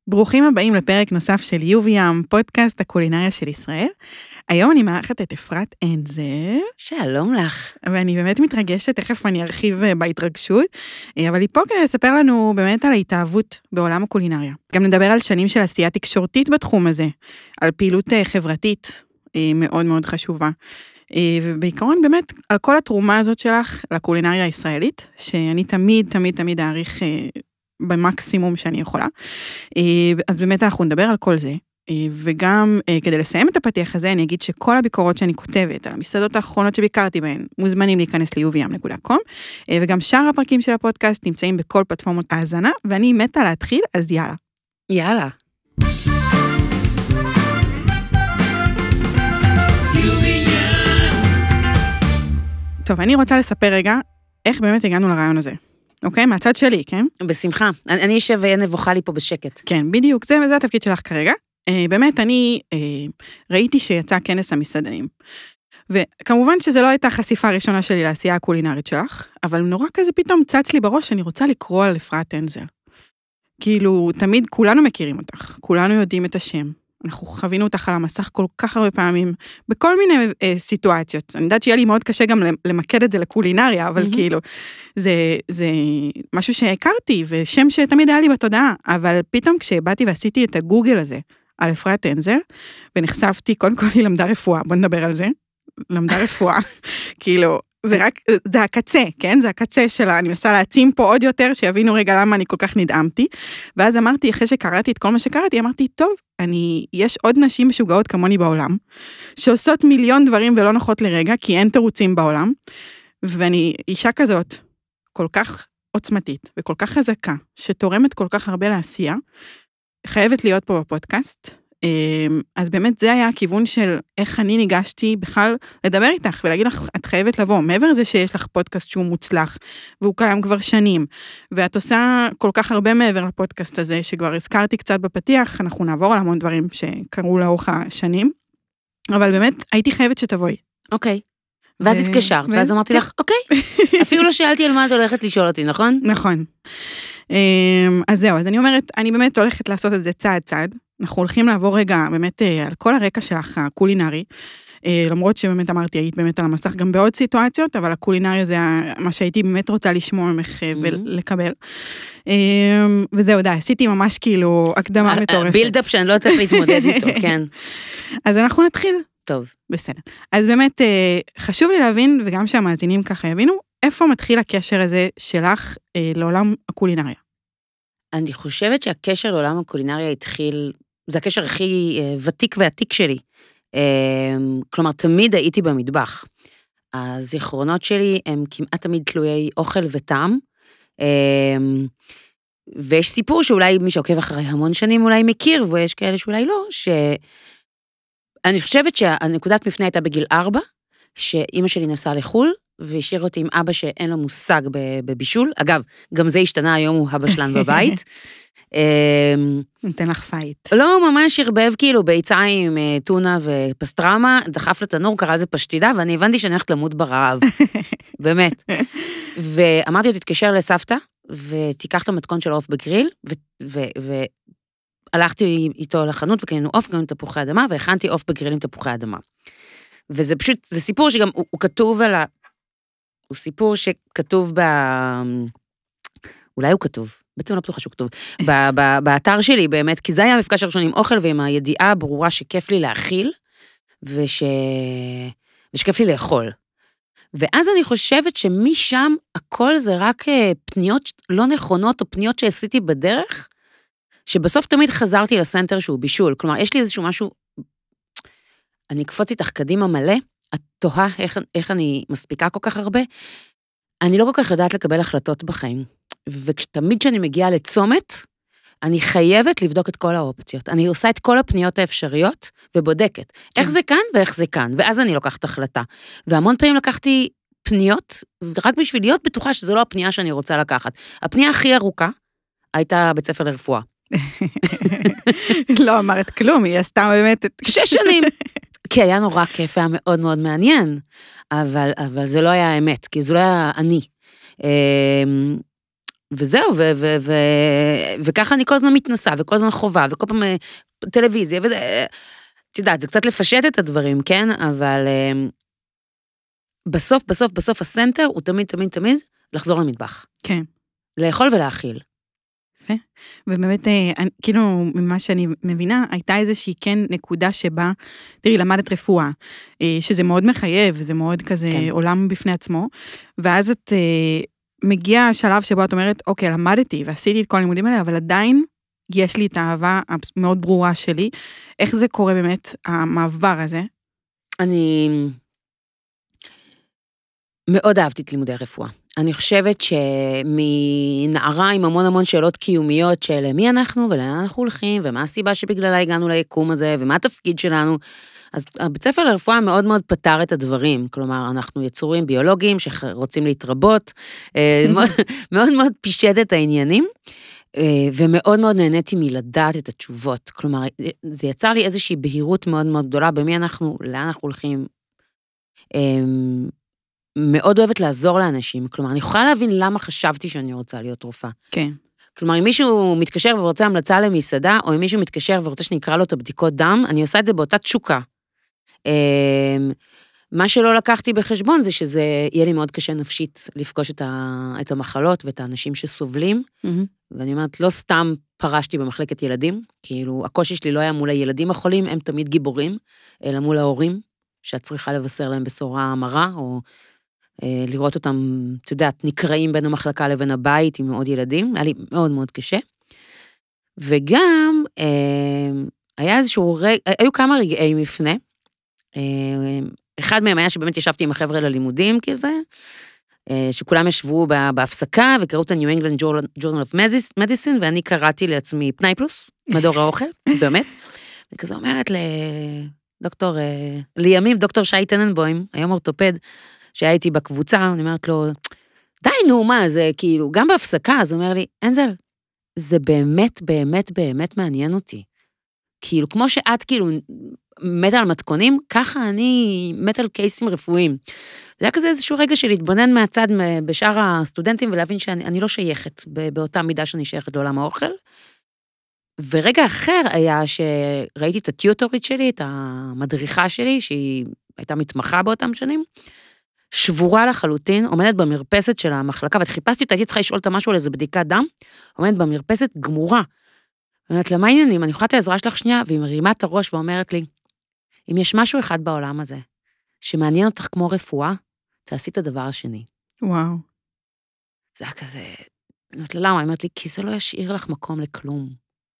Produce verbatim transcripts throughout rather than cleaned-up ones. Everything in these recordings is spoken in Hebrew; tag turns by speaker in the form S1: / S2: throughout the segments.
S1: ברוכים הבאים לפרק נוסף של יוביאם, פודקאסט הקולינריה של ישראל. היום אני מארחת את אפרת אנזל.
S2: שלום לך.
S1: ואני באמת מתרגשת, תכף אני ארחיב בהתרגשות, אבל היא פה כדי לספר לנו באמת על ההתאהבות בעולם הקולינריה. גם נדבר על שנים של עשייה תקשורתית בתחום הזה, על פעילות חברתית מאוד מאוד חשובה. ובעיקרון באמת על כל התרומה הזאת שלך לקולינריה הישראלית, שאני תמיד תמיד תמיד אעריך במקסימום שאני יכולה. אז באמת אנחנו נדבר על כל זה, וגם כדי לסיים את הפתיח הזה, אני אגיד שכל הביקורות שאני כותבת על המסעדות האחרונות שביקרתי בהן, מוזמנים להיכנס ל-יו וי אם דוט קום, וגם שאר הפרקים של הפודקאסט נמצאים בכל פלטפורמות האזנה, ואני מתה להתחיל, אז יאללה.
S2: יאללה.
S1: טוב, אני רוצה לספר רגע איך באמת הגענו לרעיון הזה. אוקיי? מהצד שלי, כן?
S2: בשמחה. אני, אני אשב ואהיה נבוכה לי פה בשקט.
S1: כן, בדיוק. זה, זה התפקיד שלך כרגע. אה, באמת, אני אה, ראיתי שיצא כנס המסעדנים. וכמובן שזה לא הייתה החשיפה הראשונה שלי לעשייה הקולינרית שלך, אבל נורא כזה פתאום צץ לי בראש, אני רוצה לקרוא על אפרת אנזל. כאילו, תמיד כולנו מכירים אותך, כולנו יודעים את השם. אנחנו חווינו אותך על המסך כל כך הרבה פעמים, בכל מיני אה, סיטואציות. אני יודעת שיהיה לי מאוד קשה גם למקד את זה לקולינריה, אבל mm-hmm. כאילו, זה, זה משהו שהכרתי, ושם שתמיד היה לי בתודעה, אבל פתאום כשבאתי ועשיתי את הגוגל הזה, על אפרת אנזל, ונחשפתי, קודם כל היא למדה רפואה, בוא נדבר על זה, למדה רפואה, כאילו, זה רק, זה הקצה, כן? זה הקצה שלה, אני מנסה להעצים פה עוד יותר, שיבינו רגע למה אני כל כך נדהמתי, ואז אמרתי, אחרי שקראתי את כל מה שקראתי, אמרתי, טוב, אני, יש עוד נשים משוגעות כמוני בעולם, שעושות מיליון דברים ולא נוחות לרגע, כי אין תירוצים בעולם, ואני אישה כזאת, כל כך עוצמתית, וכל כך חזקה, שתורמת כל כך הרבה לעשייה, חייבת להיות פה בפודקאסט, אז באמת זה היה הכיוון של איך אני ניגשתי בכלל לדבר איתך ולהגיד לך, את חייבת לבוא, מעבר לזה שיש לך פודקאסט שהוא מוצלח, והוא קיים כבר שנים, ואת עושה כל כך הרבה מעבר לפודקאסט הזה, שכבר הזכרתי קצת בפתיח, אנחנו נעבור על המון דברים שקרו לאורך השנים, אבל באמת הייתי חייבת שתבואי.
S2: אוקיי. ואז התקשרת, ואז אמרתי לך, אוקיי, אפילו לא שאלתי על מה את הולכת לשאול אותי, נכון?
S1: נכון. אז זהו, אז אני אומרת, אני באמת הולכת לעשות את זה צעד צעד, אנחנו הולכים לעבור רגע באמת על כל הרקע שלך הקולינרי, למרות שבאמת אמרתי, היית באמת על המסך גם בעוד סיטואציות, אבל הקולינרי זה מה שהייתי באמת רוצה לשמוע ממך ולקבל. וזהו, די, עשיתי ממש כאילו הקדמה מטורפת.
S2: בילדאפ שאני לא יודעת להתמודד איתו, כן.
S1: אז אנחנו נתחיל.
S2: טוב.
S1: בסדר. אז באמת חשוב לי להבין, וגם שהמאזינים ככה יבינו, איפה מתחיל הקשר הזה שלך לעולם הקולינריה?
S2: אני חושבת שהקשר לעולם הקולינריה התחיל, זה הקשר הכי ותיק ועתיק שלי. כלומר, תמיד הייתי במטבח. הזיכרונות שלי הם כמעט תמיד תלויי אוכל וטעם, ויש סיפור שאולי מי שעוקב אחרי המון שנים אולי מכיר, ויש כאלה שאולי לא, שאני חושבת שהנקודת מפנה הייתה בגיל ארבע, שאמא שלי נסעה לחול, והשאיר אותי עם אבא שאין לו מושג בבישול. אגב, גם זה השתנה היום, הוא אבא שלנו בבית.
S1: נותן לך פייט.
S2: לא, ממש הרבב כאילו ביצה עם טונה ופסטרמה, דחף לתנור, קרא לזה פשטידה, ואני הבנתי שאני הולכת למות ברעב. באמת. ואמרתי לו, תתקשר לסבתא, ותיקח את המתכון של העוף בגריל, והלכתי איתו לחנות, וקנינו עוף גם עם תפוחי אדמה, והכנתי עוף בגריל עם תפוחי אדמה. וזה פשוט, זה סיפור שגם הוא, הוא כתוב על ה... הוא סיפור שכתוב ב... אולי הוא כתוב, בעצם לא בטוחה שהוא כתוב, ב, ב, באתר שלי באמת, כי זה היה המפגש הראשון עם אוכל, ועם הידיעה הברורה שכיף לי להאכיל, וש... ושכיף לי לאכול. ואז אני חושבת שמשם הכל זה רק פניות לא נכונות, או פניות שעשיתי בדרך, שבסוף תמיד חזרתי לסנטר שהוא בישול. כלומר, יש לי איזשהו משהו, אני אקפוץ איתך קדימה מלא, את תוהה איך, איך אני מספיקה כל כך הרבה, אני לא כל כך יודעת לקבל החלטות בחיים, ותמיד כשאני מגיעה לצומת, אני חייבת לבדוק את כל האופציות, אני עושה את כל הפניות האפשריות, ובודקת, איך זה כאן ואיך זה כאן, ואז אני לוקחת החלטה, והמון פעמים לקחתי פניות, רק בשביל להיות בטוחה שזו לא הפנייה שאני רוצה לקחת, הפנייה הכי ארוכה, הייתה בית ספר לרפואה.
S1: לא אמרת כלום, היא עשתה באמת...
S2: שש שנים. כי היה נורא כיף, היה מאוד מאוד מעניין, אבל, אבל זה לא היה האמת, כי זה לא היה אני. וזהו, ו- ו- ו- וככה אני כל הזמן מתנסה, וכל הזמן חובה, וכל פעם טלוויזיה, וזה, את יודעת, זה קצת לפשט את הדברים, כן? אבל בסוף, בסוף, בסוף הסנטר הוא תמיד, תמיד, תמיד לחזור למטבח.
S1: כן.
S2: לאכול ולהאכיל.
S1: יפה. ובאמת, כאילו, ממה שאני מבינה, הייתה איזושהי כן נקודה שבה, תראי, למדת רפואה, שזה מאוד מחייב, זה מאוד כזה כן. עולם בפני עצמו, ואז את מגיע השלב שבו את אומרת, אוקיי, למדתי ועשיתי את כל הלימודים האלה, אבל עדיין יש לי את האהבה המאוד ברורה שלי. איך זה קורה באמת, המעבר הזה?
S2: אני מאוד אהבתי את לימודי הרפואה. אני חושבת שמנערה עם המון המון שאלות קיומיות של מי אנחנו ולאן אנחנו הולכים, ומה הסיבה שבגללה הגענו ליקום הזה, ומה התפקיד שלנו, אז הבית ספר לרפואה מאוד מאוד פתר את הדברים, כלומר, אנחנו יצורים ביולוגיים שרוצים להתרבות, מאוד מאוד פישט את העניינים, ומאוד מאוד נהניתי מלדעת את התשובות, כלומר, זה יצר לי איזושהי בהירות מאוד מאוד גדולה, במי אנחנו, לאן אנחנו הולכים, מאוד אוהבת לעזור לאנשים, כלומר, אני יכולה להבין למה חשבתי שאני רוצה להיות רופאה.
S1: כן.
S2: כלומר, אם מישהו מתקשר ורוצה המלצה למסעדה, או אם מישהו מתקשר ורוצה שנקרא לו את הבדיקות דם, אני עושה את זה באותה תשוקה. מה שלא לקחתי בחשבון זה שזה יהיה לי מאוד קשה נפשית לפגוש את, ה, את המחלות ואת האנשים שסובלים, mm-hmm. ואני אומרת, לא סתם פרשתי במחלקת ילדים, כאילו, הקושי שלי לא היה מול הילדים החולים, הם תמיד גיבורים, אלא מול ההורים, שאת צריכה לבשר להם בשורה מרה, או אה, לראות אותם, את יודעת, נקראים בין המחלקה לבין הבית עם עוד ילדים, היה לי מאוד מאוד קשה. וגם, אה, היה איזשהו רגע, היו כמה רגעי מפנה, אה, אחד מהם היה שבאמת ישבתי עם החבר'ה ללימודים כזה, שכולם ישבו בהפסקה, וקראו את ה-New England Journal of Medicine, ואני קראתי לעצמי פנאי פלוס, מדור האוכל, באמת. וכזו אומרת לדוקטור, לימים דוקטור שי טננבוים, היום אורתופד, שהיה איתי בקבוצה, אני אומרת לו, די נו, מה, זה כאילו, גם בהפסקה, אז הוא אומר לי, אנזל, זה באמת, באמת, באמת מעניין אותי. כאילו, כמו שאת כאילו מת על מתכונים, ככה אני מת על קייסים רפואיים. זה היה כזה איזשהו רגע של להתבונן מהצד בשאר הסטודנטים, ולהבין שאני לא שייכת באותה מידה שאני שייכת לעולם האוכל. ורגע אחר היה שראיתי את הטיוטורית שלי, את המדריכה שלי, שהיא הייתה מתמחה באותם שנים, שבורה לחלוטין, עומדת במרפסת של המחלקה, וחיפשתי אותה, הייתי צריכה לשאול אותה משהו על איזה בדיקת דם, עומדת במרפסת גמורה. אני אומרת, למה העניינים? אני יכולה את העזרה שלך שנייה, והיא מרימה את הראש ואומרת לי, אם יש משהו אחד בעולם הזה, שמעניין אותך כמו רפואה, תעשי את הדבר השני.
S1: וואו.
S2: זה היה כזה, אני אומרת לה, למה? היא אומרת לי, כי זה לא ישאיר לך מקום לכלום.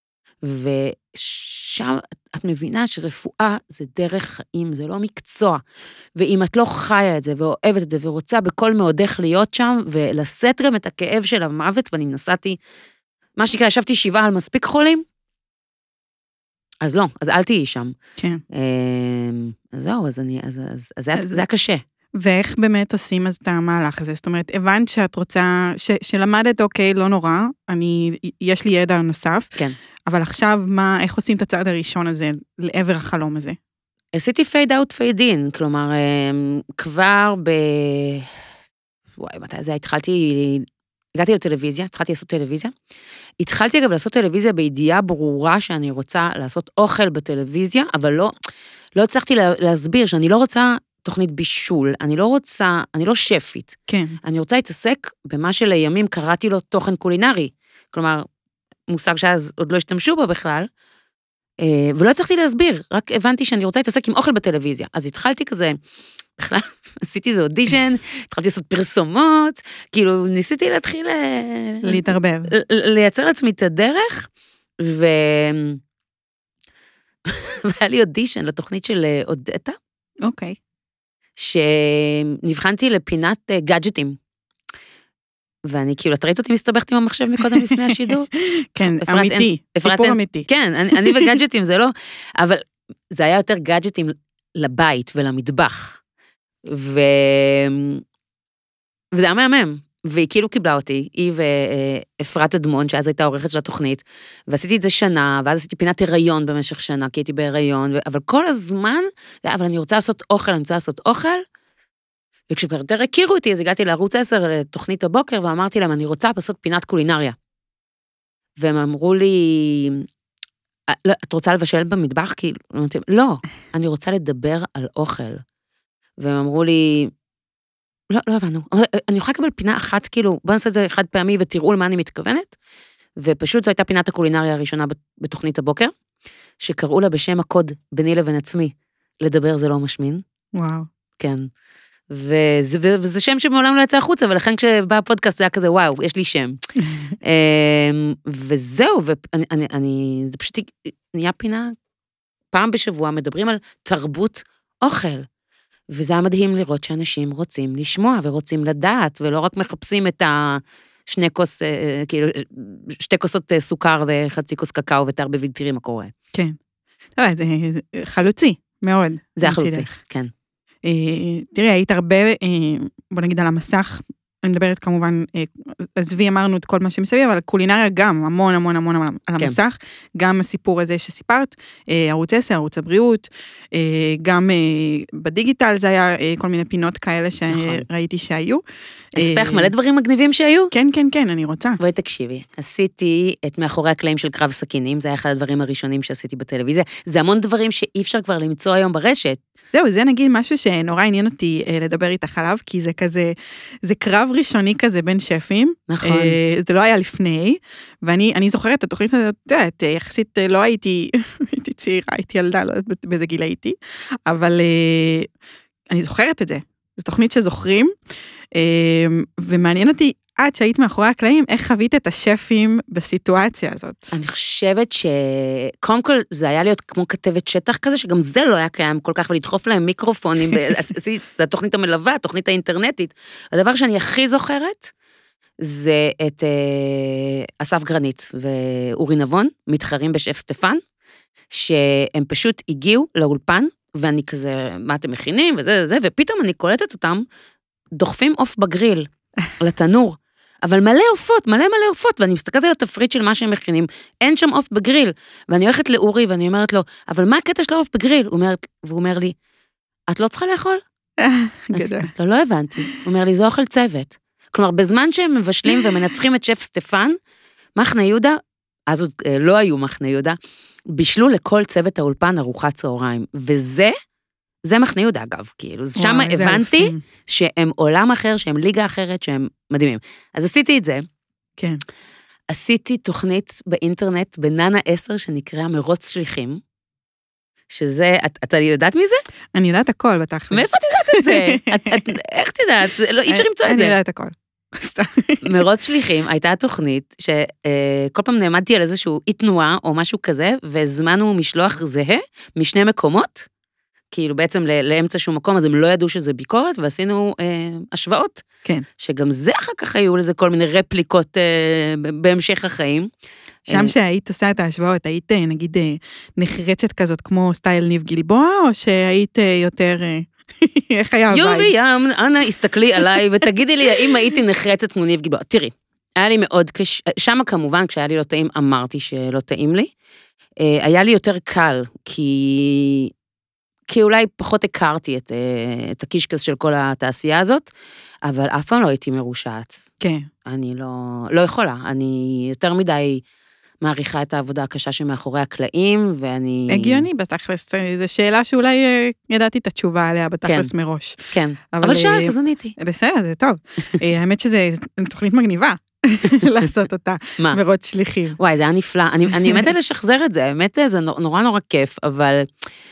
S2: ושם את מבינה שרפואה זה דרך חיים, זה לא מקצוע. ואם את לא חיה את זה, ואוהבת את זה, ורוצה בכל מאודך להיות שם, ולשאת גם את הכאב של המוות, ואני נסעתי, מה שנקרא, ישבתי שבעה על מספיק חולים, אז לא, אז אל תהיי שם.
S1: כן.
S2: אז זהו, אז אני, אז, אז, אז זה, זה היה קשה.
S1: ואיך באמת עושים אז את המהלך הזה? זאת אומרת, הבנת שאת רוצה, ש, שלמדת, אוקיי, לא נורא, אני, יש לי ידע נוסף,
S2: כן.
S1: אבל עכשיו, מה, איך עושים את הצעד הראשון הזה, לעבר החלום הזה?
S2: עשיתי פייד אאוט פייד אין, כלומר, כבר ב... וואי, מתי זה, התחלתי, הגעתי לטלוויזיה, התחלתי לעשות טלוויזיה, התחלתי אגב לעשות טלוויזיה בידיעה ברורה שאני רוצה לעשות אוכל בטלוויזיה, אבל לא, לא הצלחתי להסביר שאני לא רוצה תוכנית בישול, אני לא רוצה, אני לא שפית.
S1: כן.
S2: אני רוצה להתעסק במה שלימים קראתי לו תוכן קולינרי, כלומר, מושג שאז עוד לא השתמשו בו בכלל, ולא הצלחתי להסביר, רק הבנתי שאני רוצה להתעסק עם אוכל בטלוויזיה. אז התחלתי כזה, בכלל, עשיתי איזה אודישן, התחלתי לעשות פרסומות, כאילו ניסיתי להתחיל...
S1: להתערבב.
S2: לייצר לעצמי את הדרך, ו... והיה לי אודישן לתוכנית של אודטה.
S1: אוקיי.
S2: שנבחנתי לפינת גאדג'טים. ואני כאילו, את ראית אותי מסתבכת עם המחשב מקודם לפני השידור?
S1: כן, אמיתי, סיפור אמיתי.
S2: כן, אני וגאדג'טים זה לא, אבל זה היה יותר גאדג'טים לבית ולמטבח. ו... וזה היה מהמם, והיא כאילו קיבלה אותי, היא ואפרת אדמון, שאז הייתה עורכת של התוכנית, ועשיתי את זה שנה, ואז עשיתי פינת הריון במשך שנה, כי הייתי בהיריון, אבל כל הזמן, אבל אני רוצה לעשות אוכל, אני רוצה לעשות אוכל, וכשכבר יותר הכירו אותי, אז הגעתי לערוץ עשר, לתוכנית הבוקר, ואמרתי להם, אני רוצה לעשות פינת קולינריה. והם אמרו לי, לא, את רוצה לבשל במטבח? כאילו, לא, אני רוצה לדבר על אוכל. והם אמרו לי, לא, לא הבנו. אני יכולה לקבל פינה אחת, כאילו, בוא נעשה את זה חד פעמי ותראו למה אני מתכוונת. ופשוט זו הייתה פינת הקולינריה הראשונה בתוכנית הבוקר, שקראו לה בשם הקוד ביני לבין עצמי, לדבר זה לא משמין.
S1: וואו.
S2: כן. וזה, וזה שם שמעולם לא יצא החוצה, ולכן כשבא הפודקאסט זה היה כזה, וואו, יש לי שם. וזהו, ואני, אני, אני, זה פשוט נהיה פינה, פעם בשבוע מדברים על תרבות אוכל. וזה היה מדהים לראות שאנשים רוצים לשמוע ורוצים לדעת, ולא רק מחפשים את השני כוס, כאילו, שתי כוסות סוכר וחצי כוס קקאו ותערבבי, תראי מה קורה.
S1: כן. זה חלוצי, מאוד.
S2: זה החלוצי, כן.
S1: תראי, היית הרבה, בוא נגיד על המסך, אני מדברת כמובן, עזבי אמרנו את כל מה שמסביב, אבל קולינריה גם, המון המון המון על המסך, גם הסיפור הזה שסיפרת, ערוץ עשר, ערוץ הבריאות, גם בדיגיטל זה היה כל מיני פינות כאלה שראיתי שהיו.
S2: אספך מלא דברים מגניבים שהיו?
S1: כן, כן, כן, אני רוצה.
S2: בואי תקשיבי, עשיתי את מאחורי הקלעים של קרב סכינים, זה היה אחד הדברים הראשונים שעשיתי בטלוויזיה, זה המון דברים שאי אפשר כבר למצוא היום ברשת.
S1: זהו, זה נגיד משהו שנורא עניין אותי לדבר איתך עליו, כי זה כזה, זה קרב ראשוני כזה בין שפים.
S2: נכון.
S1: זה לא היה לפני, ואני אני זוכרת את התוכנית הזאת, את יודעת, יחסית לא הייתי, הייתי צעירה, הייתי ילדה, לא יודעת באיזה גיל הייתי, אבל אני זוכרת את זה. זו תוכנית שזוכרים, ומעניין אותי, עד שהיית מאחורי הקלעים, איך חווית את השפים בסיטואציה הזאת?
S2: אני חושבת שקודם כל זה היה להיות כמו כתבת שטח כזה, שגם זה לא היה קיים כל כך, ולדחוף להם מיקרופונים, זה התוכנית המלווה, התוכנית האינטרנטית. הדבר שאני הכי זוכרת, זה את אסף גרנית ואורי נבון, מתחרים בשף סטפן, שהם פשוט הגיעו לאולפן, ואני כזה, מה אתם מכינים, וזה, זה, ופתאום אני קולטת אותם, דוחפים עוף בגריל, לתנור, אבל מלא עופות, מלא מלא עופות, ואני מסתכלת על התפריט של מה שהם מכינים, אין שם עוף בגריל, ואני הולכת לאורי, ואני אומרת לו, אבל מה הקטע של העוף בגריל? והוא אומר לי, את לא צריכה לאכול? לא, לא הבנתי. הוא אומר לי, זה אוכל צוות. כלומר, בזמן שהם מבשלים ומנצחים את שף סטפן, מחנה יהודה, אז עוד לא היו מחנה יהודה, בישלו לכל צוות האולפן ארוחת צהריים, וזה, זה מחנה יהודה אגב, כאילו, שם הבנתי שהם עולם אחר, שהם ליגה אחרת, שהם מדהימים. אז עשיתי את זה.
S1: כן.
S2: עשיתי תוכנית באינטרנט בננה עשר, שנקרא מרוץ שליחים, שזה, את, אתה יודעת מי זה?
S1: אני יודעת הכל בתכלס.
S2: מאיפה את יודעת את זה? את, את, איך תדעת? לא, אי אפשר למצוא את זה.
S1: אני יודעת הכל.
S2: מרוץ שליחים הייתה תוכנית שכל פעם נעמדתי על איזשהו אי תנועה או משהו כזה, והזמנו משלוח זהה משני מקומות, כאילו בעצם לאמצע שום מקום, אז הם לא ידעו שזה ביקורת, ועשינו השוואות.
S1: כן.
S2: שגם זה אחר כך היו לזה כל מיני רפליקות בהמשך החיים.
S1: שם שהיית עושה את ההשוואות, היית נגיד נחרצת כזאת כמו סטייל ניב גלבוע, או שהיית יותר... איך היה הווי?
S2: יובי ים, אנא, הסתכלי עליי, ותגידי לי, האם הייתי נחרצת כמו ניב גלבוע. תראי, היה לי מאוד קשה, שם כמובן, כשהיה לי לא טעים, אמרתי שלא טעים לי. היה לי יותר קל, כי... כי אולי פחות הכרתי את, את הקישקס של כל התעשייה הזאת, אבל אף פעם לא הייתי מרושעת.
S1: כן. אני
S2: לא, לא יכולה, אני יותר מדי מעריכה את העבודה הקשה שמאחורי הקלעים, ואני...
S1: הגיוני בתכלס, זו שאלה שאולי ידעתי את התשובה עליה בתכלס כן, מראש.
S2: כן, אבל, אבל שאלת, אז עניתי.
S1: בסדר, זה טוב. האמת שזו תוכנית מגניבה. לעשות אותה,
S2: מה?
S1: מרוץ שליחים.
S2: וואי, זה היה נפלא. אני, אני באמת לשחזר את זה, האמת זה נורא נורא כיף, אבל...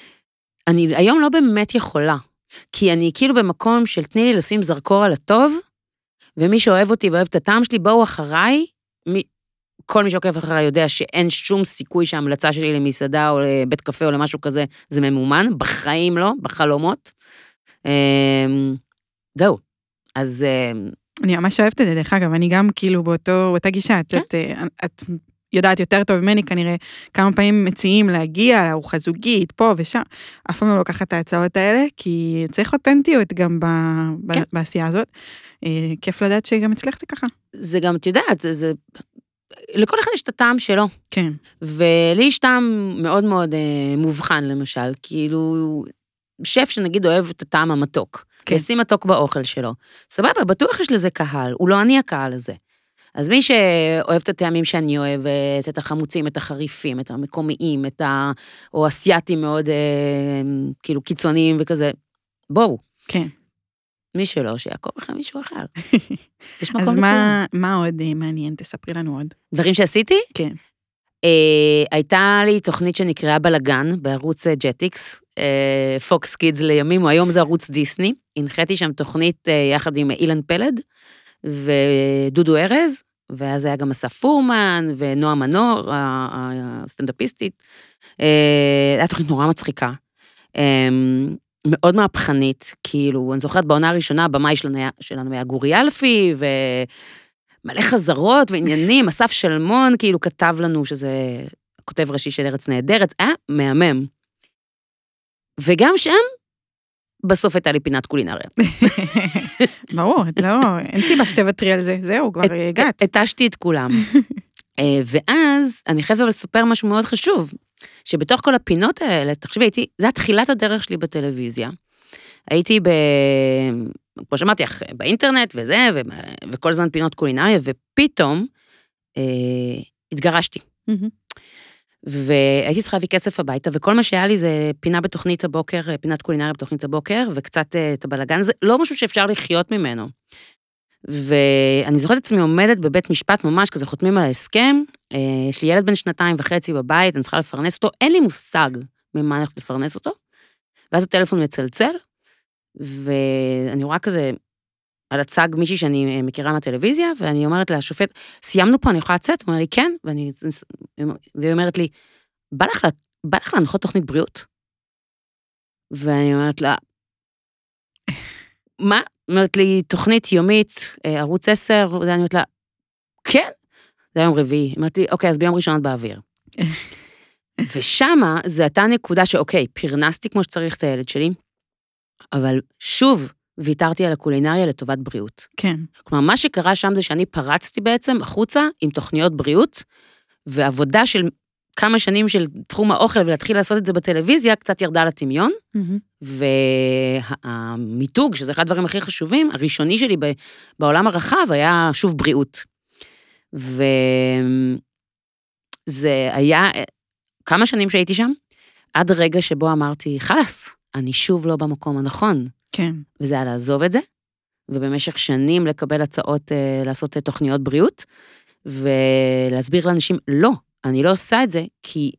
S2: אני היום לא באמת יכולה, כי אני כאילו במקום של תני לי לשים זרקור על הטוב, ומי שאוהב אותי ואוהב את הטעם שלי, בואו אחריי, מי, כל מי שעוקב אחריי יודע שאין שום סיכוי שההמלצה שלי למסעדה או לבית קפה או למשהו כזה, זה ממומן, בחיים לא, בחלומות. זהו, אז...
S1: אני ממש אוהבת את זה, דרך אגב, אני גם כאילו באותו, באותה גישה, את, את, את יודעת יותר טוב ממני, כנראה כמה פעמים מציעים להגיע לארוחה זוגית, פה ושם, אף פעם לא לוקחת את ההצעות האלה, כי צריך אותנטיות גם ב, כן. בעשייה הזאת. כיף לדעת שגם אצלך זה ככה.
S2: זה גם, את יודעת, זה, זה... לכל אחד יש את הטעם שלו.
S1: כן.
S2: ולי יש טעם מאוד מאוד אה, מובחן, למשל, כאילו, שף שנגיד אוהב את הטעם המתוק.
S1: כן.
S2: ישים מתוק באוכל שלו. סבבה, בטוח יש לזה קהל, הוא לא אני הקהל הזה. אז מי שאוהב את הטעמים שאני אוהבת, את החמוצים, את החריפים, את המקומיים, את ה... או אסיאטים מאוד, אה, כאילו, קיצוניים וכזה, בואו.
S1: כן.
S2: מי שלא, שיעקוב אחרי מישהו אחר. יש מקום
S1: אז
S2: לכולם.
S1: מה, מה עוד אה, מעניין? תספרי לנו עוד.
S2: דברים שעשיתי?
S1: כן.
S2: אה, הייתה לי תוכנית שנקראה בלגן, בערוץ ג'טיקס, אה, פוקס קידס לימים, או היום זה ערוץ דיסני. הנחיתי שם תוכנית אה, יחד עם אילן פלד, ודודו ארז, ואז היה גם אסף פורמן, ונועה מנור, הסטנדאפיסטית. הייתה תוכנית נורא מצחיקה, מאוד מהפכנית, כאילו, אני זוכרת בעונה הראשונה, הבמאי שלנו היה גורי אלפי, ומלא חזרות ועניינים, אסף שלמון, כאילו, כתב לנו שזה כותב ראשי של ארץ נהדרת, אה, מהמם. וגם שם, בסוף הייתה לי פינת קולינריה.
S1: ברור, לא, אין סיבה שתוותרי על זה, זהו, כבר הגעת.
S2: התשתי את כולם. ואז אני חייבת לספר משהו מאוד חשוב, שבתוך כל הפינות האלה, תחשבי, הייתי, זה היה תחילת הדרך שלי בטלוויזיה. הייתי ב... כמו שאמרתי, באינטרנט וזה, ו... וכל זמן פינות קולינריה, ופתאום אה, התגרשתי. והייתי צריכה להביא כסף הביתה, וכל מה שהיה לי זה פינה בתוכנית הבוקר, פינת קולינריה בתוכנית הבוקר, וקצת את הבלגן, זה לא משהו שאפשר לחיות ממנו. ואני זוכרת את עצמי עומדת בבית משפט ממש, כזה חותמים על ההסכם, יש לי ילד בן שנתיים וחצי בבית, אני צריכה לפרנס אותו, אין לי מושג ממה אני הולכת לפרנס אותו, ואז הטלפון מצלצל, ואני רואה כזה על הצג מישהי שאני מכירה מהטלוויזיה, ואני אומרת לה, שופט, סיימנו פה, אני יכולה לצאת? הוא אומר לי, כן, ואני, והיא אומרת לי, בא לך, בא לך להנחות תוכנית בריאות? ואני אומרת לה, מה? אומרת לי, תוכנית יומית, ערוץ עשר, ואני אומרת לה, כן? זה היום רביעי. אומרת לי, אוקיי, אז ביום ראשון באוויר. ושמה, זה הייתה נקודה שאוקיי, פרנסתי כמו שצריך את הילד שלי, אבל שוב, ויתרתי על הקולינריה לטובת בריאות.
S1: כן.
S2: כלומר, מה שקרה שם זה שאני פרצתי בעצם החוצה עם תוכניות בריאות, ועבודה של כמה שנים של תחום האוכל, ולהתחיל לעשות את זה בטלוויזיה, קצת ירדה לטמיון, mm-hmm. והמיתוג, שזה אחד הדברים הכי חשובים, הראשוני שלי בעולם הרחב, היה שוב בריאות. וזה היה כמה שנים שהייתי שם, עד רגע שבו אמרתי, חלס, אני שוב לא במקום הנכון.
S1: כן.
S2: וזה היה לעזוב את זה, ובמשך שנים לקבל הצעות לעשות תוכניות בריאות, ולהסביר לאנשים, לא, אני לא עושה את זה, כי,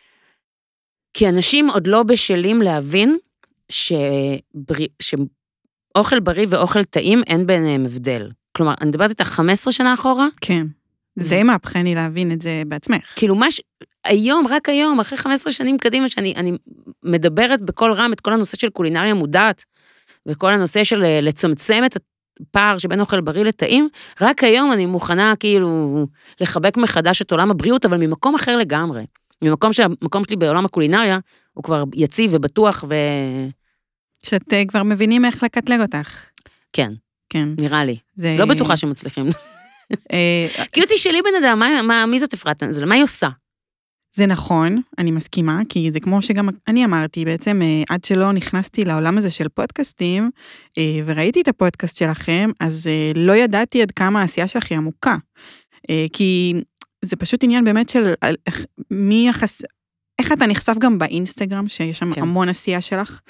S2: כי אנשים עוד לא בשלים להבין שבריא, שאוכל בריא ואוכל טעים אין ביניהם הבדל. כלומר, אני מדברת איתך חמש עשרה שנה אחורה.
S1: כן. זה די מהפכני להבין את זה בעצמך.
S2: כאילו, מה ש... היום, רק היום, אחרי חמש עשרה שנים קדימה, שאני אני מדברת בכל רם את כל הנושא של קולינריה מודעת, וכל הנושא של לצמצם את הפער שבין אוכל בריא לטעים, רק היום אני מוכנה כאילו לחבק מחדש את עולם הבריאות, אבל ממקום אחר לגמרי. ממקום שהמקום שלי בעולם הקולינריה, הוא כבר יציב ובטוח ו...
S1: שאת כבר מבינים איך לקטלג אותך.
S2: כן.
S1: כן.
S2: נראה לי. זה... לא בטוחה שמצליחים. כאילו תשאלי בן אדם, מה, מי זאת אפרת? מה היא עושה?
S1: זה נכון, אני מסכימה, כי זה כמו שגם אני אמרתי, בעצם עד שלא נכנסתי לעולם הזה של פודקאסטים, וראיתי את הפודקאסט שלכם, אז לא ידעתי עד כמה העשייה שלך היא עמוקה. כי זה פשוט עניין באמת של מי יחס... איך אתה נחשף גם באינסטגרם, שיש שם כן. המון עשייה שלך,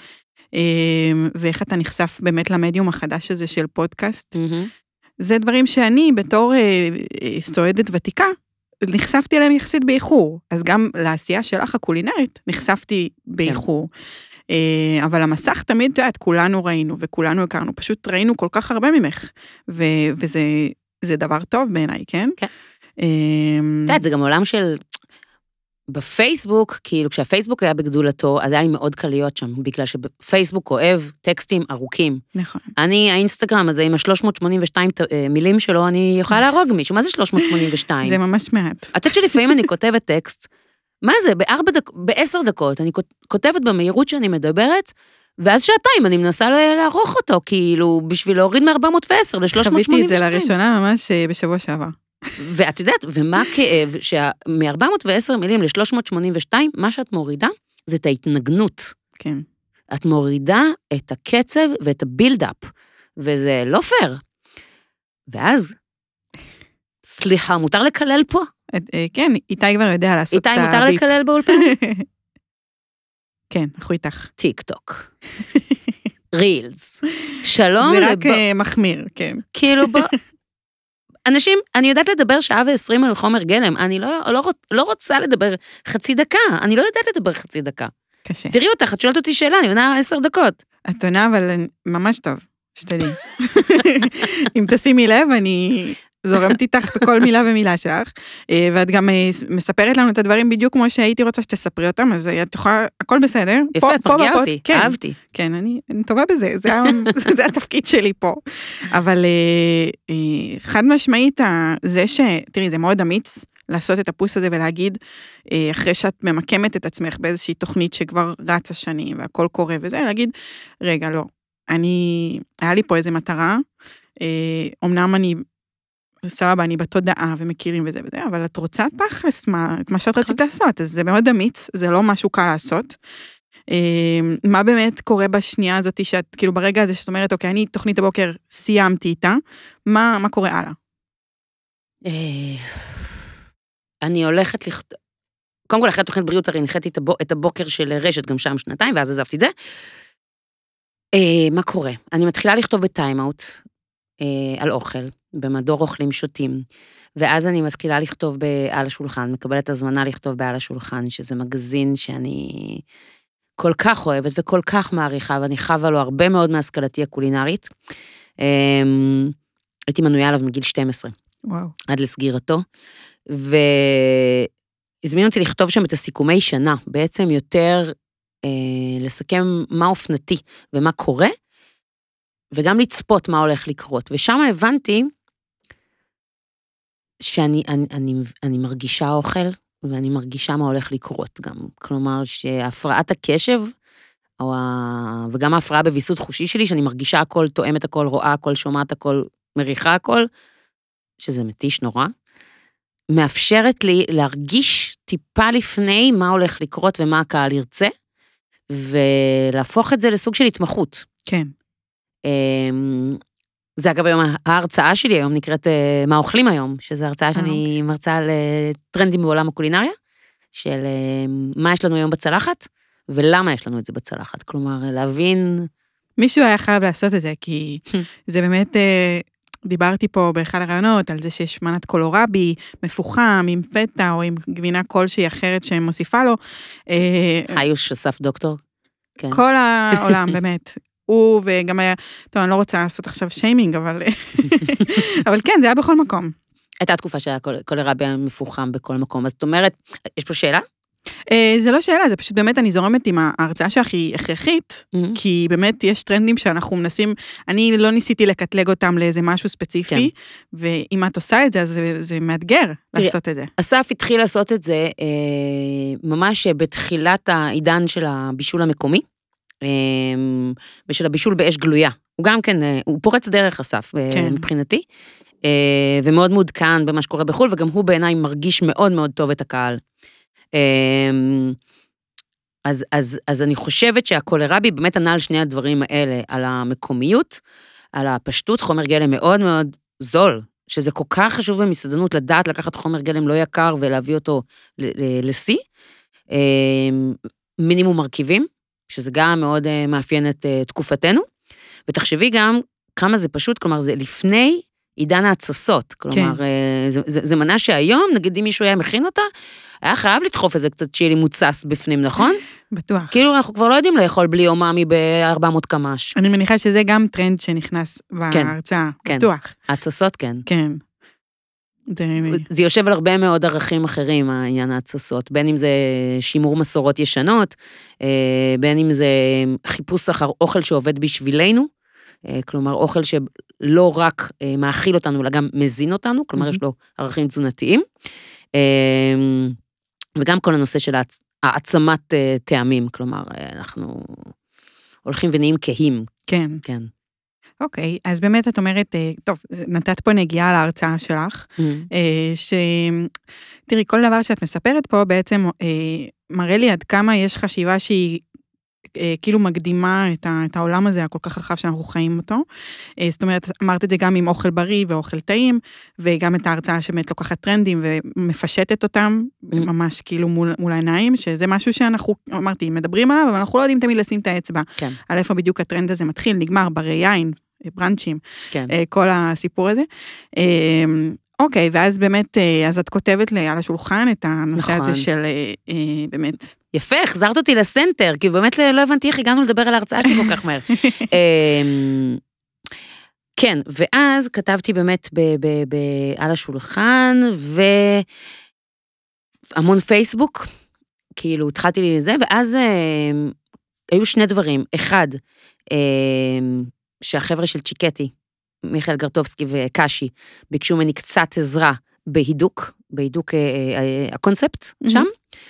S1: ואיך אתה נחשף באמת למדיום החדש הזה של פודקאסט. Mm-hmm. זה דברים שאני בתור סועדת ותיקה, נחשפתי אליהם יחסית באיחור, אז גם לעשייה שלך הקולינרית, נחשפתי באיחור. כן. אבל המסך תמיד, תיודעת, כולנו ראינו, וכולנו הכרנו, פשוט ראינו כל כך הרבה ממך, ו- וזה זה דבר טוב בעיניי, כן?
S2: כן. תיודעת, זה גם עולם של... בפייסבוק, כאילו כשהפייסבוק היה בגדולתו, אז היה לי מאוד קל להיות שם, בגלל שבפייסבוק אוהב טקסטים ארוכים.
S1: נכון.
S2: אני, האינסטגרם הזה, עם ה-שלוש מאות שמונים ושתיים מילים שלו, אני יכולה להרוג מישהו. מה זה שלוש מאות שמונים ושתיים?
S1: זה ממש מעט.
S2: את יודעת שלפעמים אני כותבת טקסט, מה זה? בארבע דק... בעשר דקות, אני כותבת במהירות שאני מדברת, ואז שעתיים אני מנסה לערוך אותו, כאילו, בשביל להוריד מ-ארבע מאות ועשר ל-שלוש מאות שמונים ושתיים.
S1: חוויתי את זה לראשונה ממש בשבוע שעבר.
S2: ואת יודעת, ומה הכאב, שמ-ארבע מאות ועשר מילים ל-שלוש מאות שמונים ושתיים, מה שאת מורידה, זה את ההתנגנות.
S1: כן.
S2: את מורידה את הקצב ואת הבילדאפ, וזה לא פייר. ואז, סליחה, מותר לקלל פה?
S1: כן, איתי כבר יודע לעשות את הביפ.
S2: איתי, מותר לקלל באולפן?
S1: כן, אנחנו איתך.
S2: טיק טוק. רילס. שלום.
S1: זה רק מחמיר, כן.
S2: כאילו בוא... אנשים, אני יודעת לדבר שעה ועשרים על חומר גלם, אני לא, לא, לא רוצה לדבר חצי דקה, אני לא יודעת לדבר חצי דקה.
S1: קשה.
S2: תראי אותך, את שואלת אותי שאלה, אני עונה עשר דקות.
S1: את עונה, אבל ממש טוב, שתדעי. אם תשימי לב, אני זורמת איתך בכל מילה ומילה שלך, ואת גם מספרת לנו את הדברים בדיוק כמו שהייתי רוצה שתספרי אותם, אז את יכולה, הכל בסדר.
S2: יפה, את מרגיעה אותי, אהבתי.
S1: כן, אני טובה בזה, זה התפקיד שלי פה. אבל חד משמעית, זה ש, תראי, זה מאוד אמיץ לעשות את הפוס הזה ולהגיד, אחרי שאת ממקמת את עצמך באיזושהי תוכנית שכבר רצה שנים, והכל קורה וזה, להגיד, רגע, לא, אני, היה לי פה איזו מטרה, אמנם אני, סבבה, אני בתודעה ומכירים וזה וזה, אבל את רוצה תכלס מה, מה שאת רצית לעשות, אז זה מאוד אמיץ, זה לא משהו קל לעשות. מה באמת קורה בשנייה הזאת, שאת, כאילו ברגע הזה שאת אומרת, אוקיי, אני תוכנית הבוקר סיימתי איתה, מה, מה קורה הלאה?
S2: אני הולכת לכתוב, קודם כל אחרי תוכנית בריאות, הרי הנחיתי את הבוקר של רשת, גם שם שנתיים, ואז עזבתי את זה. מה קורה? אני מתחילה לכתוב בטיימאוט, על אוכל, במדור אוכלים שותים, ואז אני מתחילה לכתוב בעל השולחן, מקבלת הזמנה לכתוב בעל השולחן, שזה מגזין שאני כל כך אוהבת וכל כך מעריכה, ואני חווה לו הרבה מאוד מהשכלתי הקולינרית. הייתי מנויה עליו מגיל שתים עשרה,
S1: וואו.
S2: עד לסגירתו, והזמינו אותי לכתוב שם את הסיכומי שנה, בעצם יותר אה, לסכם מה אופנתי ומה קורה, וגם לצפות מה הולך לקרות. ושם הבנתי שאני אני, אני, אני מרגישה אוכל, ואני מרגישה מה הולך לקרות גם. כלומר, שהפרעת הקשב, או ה... וגם ההפרעה בוויסות חושי שלי, שאני מרגישה הכל, תואמת הכל, רואה הכל, שומעת הכל, מריחה הכל, שזה מתיש נורא, מאפשרת לי להרגיש טיפה לפני מה הולך לקרות ומה הקהל ירצה, ולהפוך את זה לסוג של התמחות.
S1: כן.
S2: זה אגב היום, ההרצאה שלי היום נקראת מה אוכלים היום, שזו הרצאה שאני מרצה על טרנדים בעולם הקולינריה, של מה יש לנו היום בצלחת, ולמה יש לנו את זה בצלחת. כלומר, להבין...
S1: מישהו היה חייב לעשות את זה, כי זה באמת, דיברתי פה באחד הרעיונות, על זה שיש מנת קולורבי, מפוחם, עם פטה, או עם גבינה כלשהי אחרת שמוסיפה לו.
S2: היוש אסף דוקטור.
S1: כל העולם, באמת. הוא וגם היה, טוב, אני לא רוצה לעשות עכשיו שיימינג, אבל, אבל כן, זה היה בכל מקום.
S2: הייתה תקופה שהיה קולרבי מפוחם בכל מקום, אז זאת אומרת, יש פה שאלה?
S1: זה לא שאלה, זה פשוט באמת אני זורמת עם ההרצאה שלך היא הכרחית, כי באמת יש טרנדים שאנחנו מנסים, אני לא ניסיתי לקטלג אותם לאיזה משהו ספציפי, ואם את עושה את זה, אז זה מאתגר לעשות את זה.
S2: אסף התחיל לעשות את זה ממש בתחילת העידן של הבישול המקומי, ושל הבישול באש גלויה. הוא גם כן, הוא פורץ דרך אסף מבחינתי, ומאוד מודכן במה שקורה בחול, וגם הוא בעיניי מרגיש מאוד מאוד טוב את הקהל. אז, אז, אז אני חושבת שהקולרבי באמת ענה על שני הדברים האלה, על המקומיות, על הפשטות, חומר גלם מאוד מאוד זול, שזה כל כך חשוב במסעדנות לדעת לקחת חומר גלם לא יקר ולהביא אותו לשיא, מינימום מרכיבים, שזה גם מאוד מאפיין את תקופתנו, ותחשבי גם כמה זה פשוט, כלומר זה לפני עידן ההצסות, כלומר כן. זה, זה, זה מנה שהיום, נגיד אם מישהו היה מכין אותה, היה חייב לדחוף איזה קצת צ'ילי מוצס בפנים, נכון?
S1: בטוח.
S2: כאילו אנחנו כבר לא יודעים לאכול בלי אומאמי ב-ארבע מאות קמ"ש.
S1: אני מניחה שזה גם טרנד שנכנס בהרצאה,
S2: כן,
S1: בטוח.
S2: כן, ההצסות כן.
S1: כן.
S2: זה יושב על הרבה מאוד ערכים אחרים, העניין ההצסות, בין אם זה שימור מסורות ישנות, בין אם זה חיפוש אחר אוכל שעובד בשבילנו, כלומר אוכל שלא רק מאכיל אותנו, אלא גם מזין אותנו, כלומר יש לו ערכים תזונתיים, וגם כל הנושא של העצמת טעמים, כלומר אנחנו הולכים ונהיים כהים.
S1: כן.
S2: כן.
S1: אוקיי, אז באמת את אומרת, טוב, נתת פה נגיעה להרצאה שלך, ש... תראי, כל דבר שאת מספרת פה בעצם מראה לי עד כמה יש חשיבה שהיא כאילו מקדימה את, ה, את העולם הזה, הכל כך רחב שאנחנו חיים אותו. זאת אומרת, אמרת את זה גם עם אוכל בריא ואוכל טעים, וגם את ההרצאה שבאמת לוקחת טרנדים ומפשטת אותם, ממש כאילו מול, מול העיניים, שזה משהו שאנחנו, אמרתי, מדברים עליו, אבל אנחנו לא יודעים תמיד לשים את האצבע.
S2: כן.
S1: על איפה בדיוק הטרנד הזה מתחיל, נגמר, ברי יין, ברנצ'ים,
S2: כן.
S1: כל הסיפור הזה. אוקיי, ואז באמת, אז את כותבת לי על השולחן את הנושא הזה של באמת...
S2: יפה, החזרת אותי לסנטר, כי באמת לא הבנתי איך הגענו לדבר על ההרצאה שלי כל כך מהר. כן, ואז כתבתי באמת על השולחן, והמון פייסבוק, כאילו התחלתי לי לזה, ואז היו שני דברים. אחד, שהחבר'ה של צ'יקטי, מיכאל גרטובסקי וקשי, ביקשו ממני קצת עזרה בהידוק, בהידוק הקונספט שם.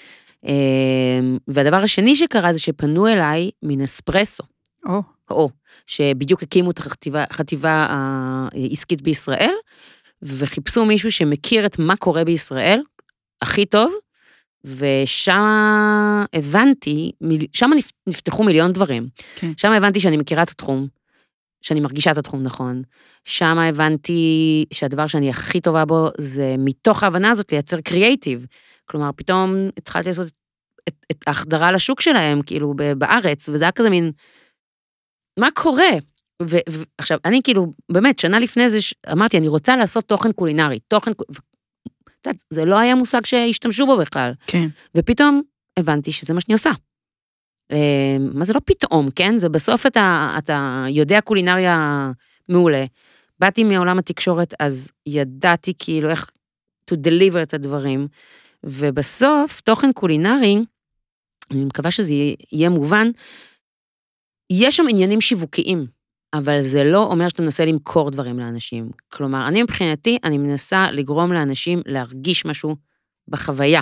S2: והדבר השני שקרה זה שפנו אליי מנספרסו.
S1: או.
S2: או, שבדיוק הקימו את החטיבה, החטיבה העסקית בישראל, וחיפשו מישהו שמכיר את מה קורה בישראל, הכי טוב, ושם הבנתי, שם נפתחו מיליון דברים.
S1: כן.
S2: שם הבנתי שאני מכירה את התחום, שאני מרגישה את התחום נכון. שם הבנתי שהדבר שאני הכי טובה בו, זה מתוך ההבנה הזאת לייצר קריאייטיב. כלומר, פתאום התחלתי לעשות את, את ההחדרה לשוק שלהם, כאילו, בארץ, וזה היה כזה מין, מה קורה? ועכשיו, אני כאילו, באמת, שנה לפני זה, אמרתי, אני רוצה לעשות תוכן קולינרי, תוכן, זה לא היה מושג שהשתמשו בו בכלל.
S1: כן.
S2: ופתאום הבנתי שזה מה שאני עושה. מה זה לא פתאום, כן? זה בסוף אתה, אתה יודע קולינריה מעולה. באתי מעולם התקשורת, אז ידעתי כאילו איך to deliver את הדברים, ובסוף, תוכן קולינרי, אני מקווה שזה יהיה מובן, יש שם עניינים שיווקיים, אבל זה לא אומר שאתה מנסה למכור דברים לאנשים. כלומר, אני מבחינתי, אני מנסה לגרום לאנשים להרגיש משהו בחוויה.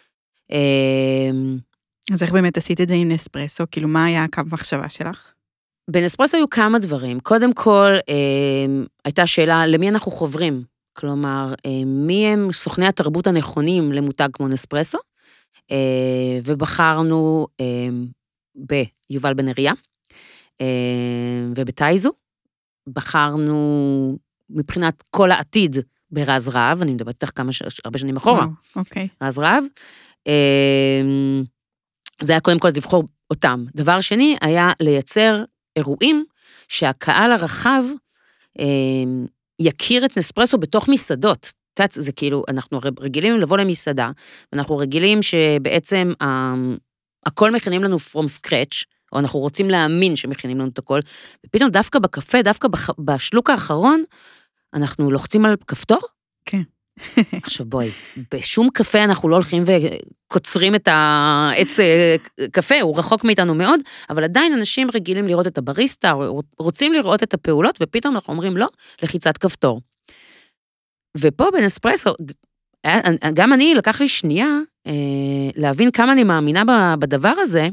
S1: אז איך באמת עשית את זה עם נספרסו? כאילו, מה היה הקו מחשבה שלך?
S2: בנספרסו היו כמה דברים. קודם כל, הייתה שאלה, למי אנחנו חוברים? כלומר, מי הם סוכני התרבות הנכונים למותג כמו נספרסו? ובחרנו ביובל בן אריה, ובטייזו. בחרנו מבחינת כל העתיד ברז רב, אני מדברת איתך כמה, הרבה שנים אחורה.
S1: אוקיי.
S2: רז רב. זה היה קודם כל לבחור אותם. דבר שני היה לייצר אירועים שהקהל הרחב יכיר את נספרסו בתוך מסעדות. זה כאילו, אנחנו רגילים לבוא למסעדה, ואנחנו רגילים שבעצם הכל מכינים לנו from scratch, או אנחנו רוצים להאמין שמכינים לנו את הכל, ופתאום דווקא בקפה, דווקא בשלוק האחרון, אנחנו לוחצים על כפתור?
S1: כן.
S2: עכשיו בואי, בשום קפה אנחנו לא הולכים וקוצרים את העץ קפה, הוא רחוק מאיתנו מאוד, אבל עדיין אנשים רגילים לראות את הבריסטה, רוצים לראות את הפעולות, ופתאום אנחנו אומרים לא, לחיצת כפתור. ופה בנספרסו, גם אני, לקח לי שנייה להבין כמה אני מאמינה בדבר הזה,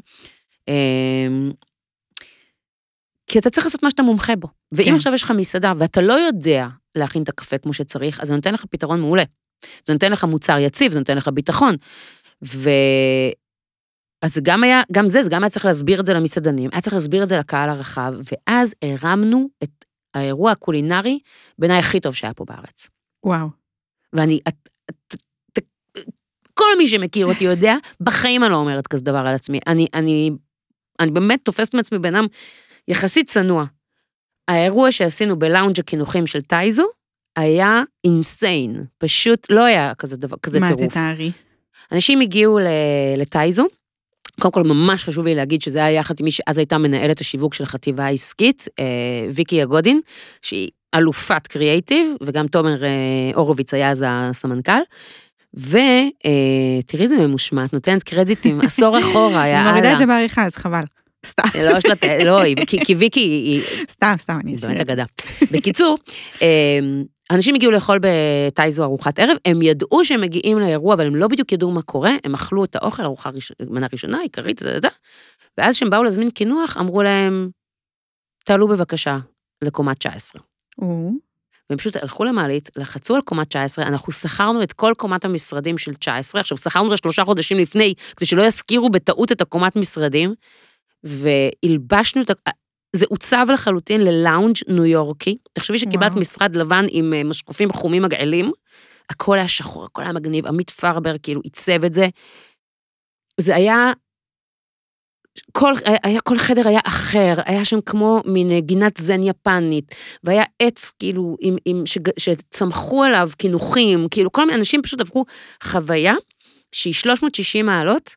S2: כי אתה צריך לעשות מה שאתה מומחה בו. ואם עכשיו יש לך מסעדה, ואתה לא יודע להכין את הקפה כמו שצריך, אז זה נותן לך פתרון מעולה. זה נותן לך מוצר יציב, זה נותן לך ביטחון. ו... אז גם היה, גם זה, זה גם היה צריך להסביר את זה למסעדנים, היה צריך להסביר את זה לקהל הרחב, ואז הרמנו את האירוע הקולינרי בעיניי הכי טוב שהיה פה בארץ.
S1: וואו.
S2: ואני, את, את, את, כל מי שמכיר אותי יודע, בחיים אני לא אומרת כזה דבר על עצמי. אני, אני, אני באמת תופסת מעצמי בינם יחסית צנוע. האירוע שעשינו בלאונג' הכינוחים של טייזו, היה אינסיין, פשוט לא היה כזה דבר, כזה טירוף.
S1: מה תתארי?
S2: אנשים הגיעו לטייזו, קודם כל ממש חשוב לי להגיד שזה היה יחד עם מי שאז הייתה מנהלת השיווק של החטיבה העסקית, ויקי יגודין, שהיא אלופת קריאייטיב, וגם תומר אורוביץ היה אז הסמנכ"ל, ותראי זה ממושמע, את נותנת קרדיטים, עשור אחורה היה הלאה.
S1: אני מורידה את זה בעריכה, אז חבל. סתם.
S2: לא, שלט, לא, כי ויקי היא...
S1: סתם, סתם, אני אשאיר.
S2: באמת אגדה. בקיצור, אנשים הגיעו לאכול בטייזו ארוחת ערב, הם ידעו שהם מגיעים לאירוע, אבל הם לא בדיוק ידעו מה קורה, הם אכלו את האוכל, ארוחה מנה ראשונה, עיקרית, ואז שהם באו להזמין קינוח, אמרו להם, תעלו בבקשה לקומה תשע עשרה. והם פשוט הלכו למעלית, לחצו על קומה תשע עשרה, אנחנו שכרנו את כל קומת המשרדים של תשע עשרה, עכשיו שכרנו את השלושה חודשים לפני, כדי שלא יזכירו בטעות את הקומת משרדים, והלבשנו את... זה עוצב לחלוטין ללאונג' ניו יורקי. תחשבי שקיבלת משרד לבן עם משקופים חומים מגעילים, הכל היה שחור, הכל היה מגניב, עמית פרבר כאילו עיצב את זה. זה היה... כל, היה, כל חדר היה אחר, היה שם כמו מין גינת זן יפנית, והיה עץ כאילו עם, עם, שצמחו עליו כינוכים, כאילו כל מיני אנשים פשוט עברו חוויה שהיא שלוש מאות ושישים מעלות,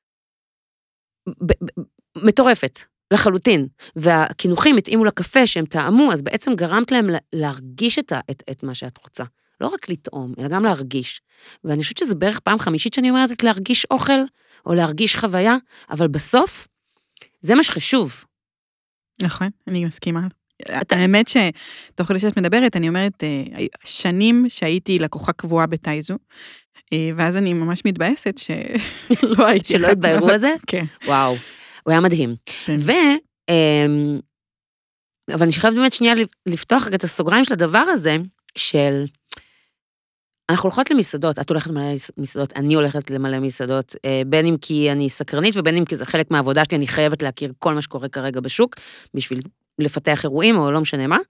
S2: ב, ב, מטורפת, לחלוטין, והכינוכים התאימו לקפה שהם טעמו, אז בעצם גרמת להם להרגיש את, את, את מה שאת רוצה, לא רק לטעום, אלא גם להרגיש, ואני חושבת שזה בערך פעם חמישית שאני אומרת להרגיש אוכל, או להרגיש חוויה, אבל בסוף, זה מה שחשוב.
S1: נכון, אני מסכימה. האמת שתוך כדי שאת מדברת, אני אומרת, שנים שהייתי לקוחה קבועה בטייזו, ואז אני ממש מתבאסת שלא הייתי...
S2: שלא התבארו הזה?
S1: כן.
S2: וואו, הוא היה מדהים. ו... אבל אני חייבת באמת שנייה לפתוח את הסוגריים של הדבר הזה, של... אנחנו הולכות למסעדות, את הולכת למלא מסעדות, אני הולכת למלא מסעדות, בין אם כי אני סקרנית, ובין אם כי זה חלק מהעבודה שלי, אני חייבת להכיר כל מה שקורה כרגע בשוק, בשביל לפתח אירועים, או לא משנה מה.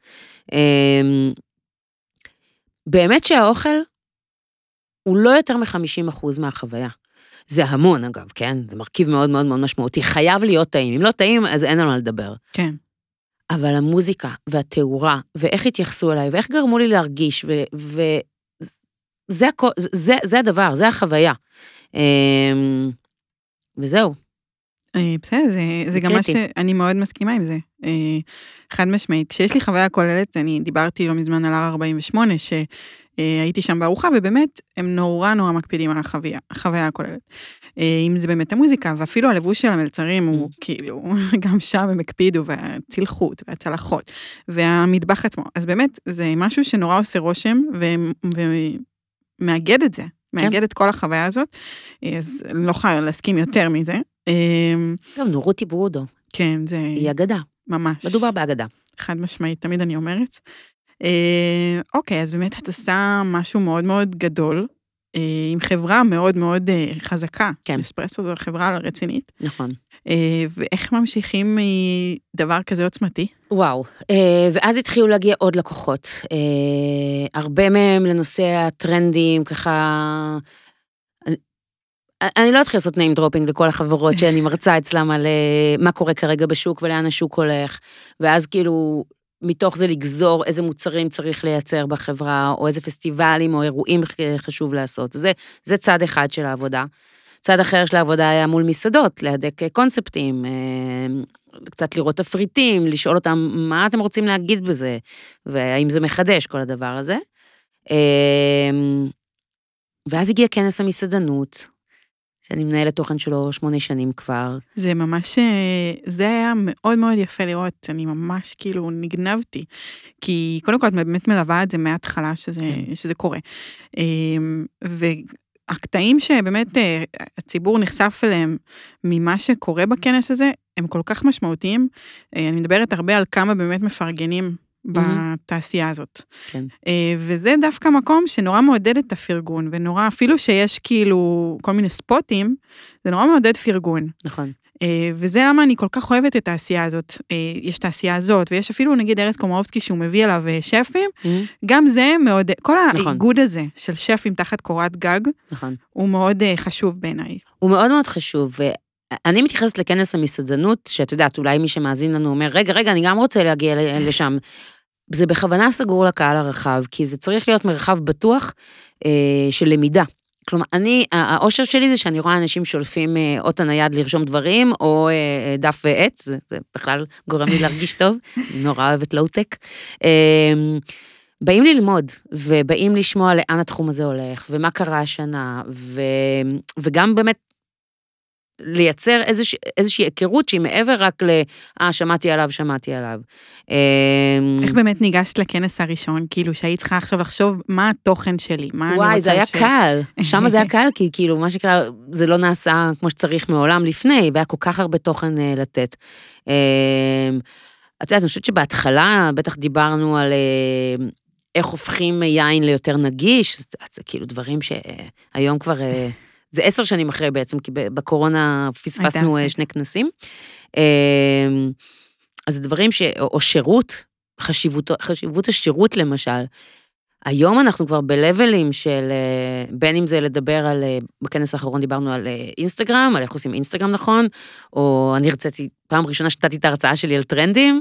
S2: באמת שהאוכל, הוא לא יותר מ-חמישים אחוז מהחוויה. זה המון, אגב, כן? זה מרכיב מאוד מאוד מאוד משמעותי, חייב להיות טעים. אם לא טעים, אז אין על מה לדבר.
S1: כן.
S2: אבל המוזיקה, והתאורה, ואיך התייחסו אליי, ואיך גרמו לי להרגיש, ו... ו... זה, זה, זה הדבר, זה החוויה. וזהו.
S1: בסדר, זה, זה גם מה שאני מאוד מסכימה עם זה. חד משמעית. כשיש לי חוויה כוללת, אני דיברתי לא מזמן על אר ארבעים ושמונה, שהייתי שם בארוחה, ובאמת הם נורא נורא מקפידים על החוויה, החוויה הכוללת. אם זה באמת המוזיקה, ואפילו הלבוש של המלצרים הוא כאילו, גם שם הם הקפידו, והצלחות, והצלחות, והמטבח עצמו. אז באמת, זה משהו שנורא עושה רושם, ו... מאגד את זה, מאגד את כל החוויה הזאת, אז לא יכולה להסכים יותר מזה.
S2: גם נורותי ברודו.
S1: כן, זה...
S2: היא אגדה.
S1: ממש.
S2: מדובר באגדה.
S1: חד משמעית, תמיד אני אומרת. אוקיי, אז באמת את עושה משהו מאוד מאוד גדול, עם חברה מאוד מאוד חזקה.
S2: כן.
S1: אספרסו זו חברה רצינית.
S2: נכון.
S1: ואיך ממשיכים מדבר כזה עוצמתי?
S2: וואו, ואז התחילו להגיע עוד לקוחות. הרבה מהם לנושא הטרנדים, ככה... אני לא אתחיל לעשות name dropping לכל החברות שאני מרצה אצלם על מה קורה כרגע בשוק ולאן השוק הולך, ואז כאילו מתוך זה לגזור איזה מוצרים צריך לייצר בחברה, או איזה פסטיבלים או אירועים חשוב לעשות. זה, זה צד אחד של העבודה. צד אחר של העבודה היה מול מסעדות, להדק קונספטים, קצת לראות תפריטים, לשאול אותם מה אתם רוצים להגיד בזה, והאם זה מחדש כל הדבר הזה. ואז הגיע כנס המסעדנות, שאני מנהלת תוכן שלו שמונה שנים כבר.
S1: זה ממש, זה היה מאוד מאוד יפה לראות, אני ממש כאילו נגנבתי, כי קודם כל את באמת מלווה את זה מההתחלה שזה, כן. שזה קורה. והקטעים שבאמת הציבור נחשף אליהם ממה שקורה בכנס הזה, הם כל כך משמעותיים. אני מדברת הרבה על כמה באמת מפרגנים בתעשייה הזאת.
S2: כן.
S1: וזה דווקא מקום שנורא מעודד את הפרגון, ונורא, אפילו שיש כאילו כל מיני ספוטים, זה נורא מעודד פרגון.
S2: נכון.
S1: וזה למה אני כל כך אוהבת את העשייה הזאת. יש את העשייה הזאת, ויש אפילו נגיד ארז קומרובסקי שהוא מביא עליו שפים, גם זה מאוד, כל האיגוד הזה של שפים תחת קורת גג, הוא מאוד חשוב בעיניי.
S2: הוא מאוד מאוד חשוב, ואני מתייחסת לכנס המסעדנות, שאת יודעת, אולי מי שמאזין לנו אומר, רגע, רגע, אני גם רוצה להגיע לשם. זה בכוונה סגור לקהל הרחב, כי זה צריך להיות מרחב בטוח של למידה. כלומר, אני, האושר שלי זה שאני רואה אנשים שולפים אות הנייד לרשום דברים, או דף ועט, זה, זה בכלל גורם לי להרגיש טוב, אני נורא אוהבת לואו-טק. באים ללמוד, ובאים לשמוע לאן התחום הזה הולך, ומה קרה השנה, ו, וגם באמת לייצר איזוש, איזושהי היכרות שהיא מעבר רק ל, אה, שמעתי עליו, שמעתי עליו.
S1: איך באמת ניגשת לכנס הראשון, כאילו שהיית צריכה עכשיו לחשוב מה התוכן שלי, מה אני רוצה
S2: וואי, זה היה
S1: ש...
S2: קל, שם זה היה קל, כי כאילו מה שקרה, זה לא נעשה כמו שצריך מעולם לפני, והיה כל כך הרבה תוכן לתת. את יודעת, אני חושבת שבהתחלה, בטח דיברנו על איך הופכים יין ליותר נגיש, זה כאילו דברים שהיום כבר... זה עשר שנים אחרי בעצם, כי בקורונה פספסנו שני כנסים. אז דברים ש... או שירות, חשיבות, חשיבות השירות למשל, היום אנחנו כבר בלבלים של, בין אם זה לדבר על, בכנס האחרון דיברנו על אינסטגרם, על איך עושים אינסטגרם נכון, או אני הרציתי, פעם ראשונה שתתי את ההרצאה שלי על טרנדים,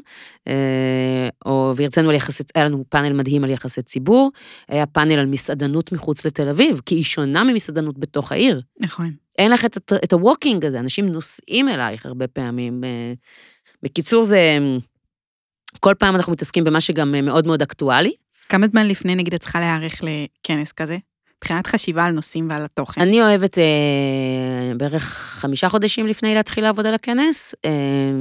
S2: או והרצינו על יחסי, היה לנו פאנל מדהים על יחסי ציבור, היה פאנל על מסעדנות מחוץ לתל אביב, כי היא שונה ממסעדנות בתוך העיר.
S1: נכון.
S2: אין לך את, את הווקינג הזה, אנשים נוסעים אלייך הרבה פעמים. בקיצור זה, כל פעם אנחנו מתעסקים במה שגם מאוד מאוד אקטואלי,
S1: כמה זמן לפני, נגיד, את צריכה להיערך לכנס כזה? מבחינת חשיבה על נושאים ועל התוכן.
S2: אני אוהבת אה, בערך חמישה חודשים לפני להתחיל לעבוד על הכנס. אה,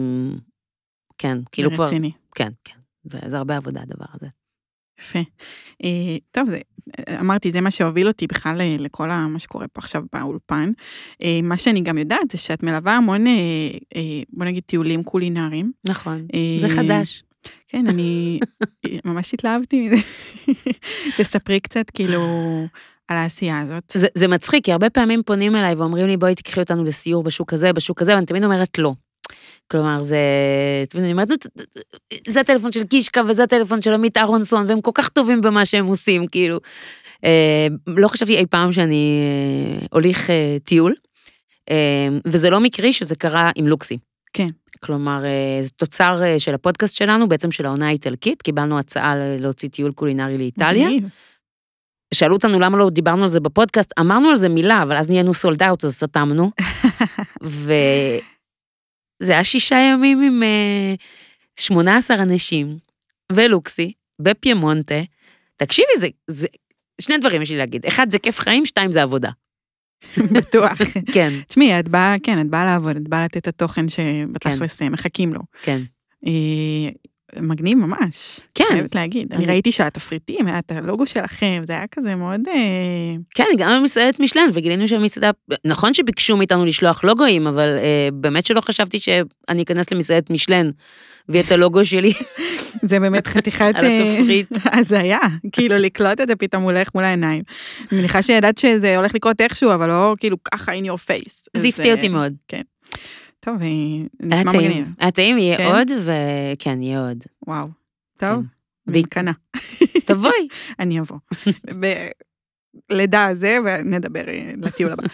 S2: כן, כאילו כבר...
S1: רציני.
S2: כן, כן. זה, זה הרבה עבודה, הדבר הזה.
S1: יפה. אה, טוב, זה, אמרתי, זה מה שהוביל אותי בכלל לכל מה שקורה פה עכשיו באולפן. אה, מה שאני גם יודעת, זה שאת מלווה המון, אה, אה, בוא נגיד, טיולים קולינריים.
S2: נכון,
S1: אה,
S2: זה חדש.
S1: כן, אני ממש התלהבתי מזה. תספרי קצת, כאילו, על העשייה הזאת.
S2: זה, זה מצחיק, כי הרבה פעמים פונים אליי ואומרים לי, בואי תקחי אותנו לסיור בשוק הזה, בשוק הזה, ואני תמיד אומרת לא. כלומר, זה, תמיד אני אומרת, זה הטלפון של קישקה, וזה הטלפון של עמית אהרונסון, והם כל כך טובים במה שהם עושים, כאילו. אה, לא חשבתי אי פעם שאני אה, הוליך אה, טיול, אה, וזה לא מקרי שזה קרה עם לוקסי.
S1: כן.
S2: כלומר, זה תוצר של הפודקאסט שלנו, בעצם של העונה האיטלקית, קיבלנו הצעה להוציא טיול קולינרי לאיטליה. שאלו אותנו למה לא דיברנו על זה בפודקאסט, אמרנו על זה מילה, אבל אז נהיינו סולד אאוט, אז סתמנו. וזה היה שישה ימים עם שמונה עשר אנשים, ולוקסי, בפיימונטה. תקשיבי, זה, זה, שני דברים יש לי להגיד. אחד, זה כיף חיים, שתיים, זה עבודה.
S1: בטוח.
S2: כן.
S1: תשמעי, את באה, כן, את באה לעבוד, את באה לתת את התוכן שבתכלס מחכים לו.
S2: כן.
S1: מגניב ממש.
S2: כן.
S1: חייבת להגיד. אני ראיתי שהתפריטים, היה את הלוגו שלכם, זה היה כזה מאוד...
S2: כן, גם במסעדת משלן, וגילינו שהמסעדה, נכון שביקשו מאיתנו לשלוח לוגוים, אבל באמת שלא חשבתי שאני אכנס למסעדת משלן, ויהיה את הלוגו שלי.
S1: זה באמת חתיכת...
S2: על התפריט.
S1: אז זה היה, כאילו לקלוט את זה פתאום מולך מול העיניים. אני מניחה שידעת שזה הולך לקרות איכשהו, אבל לא כאילו ככה in your face.
S2: זה הפתיע אותי מאוד.
S1: כן. טוב, נשמע מגניב.
S2: הטעים יהיה עוד, וכן, יהיה עוד.
S1: וואו. טוב, בהתקנה.
S2: תבואי.
S1: אני אבוא. לידה הזה, ונדבר לטיול הבא.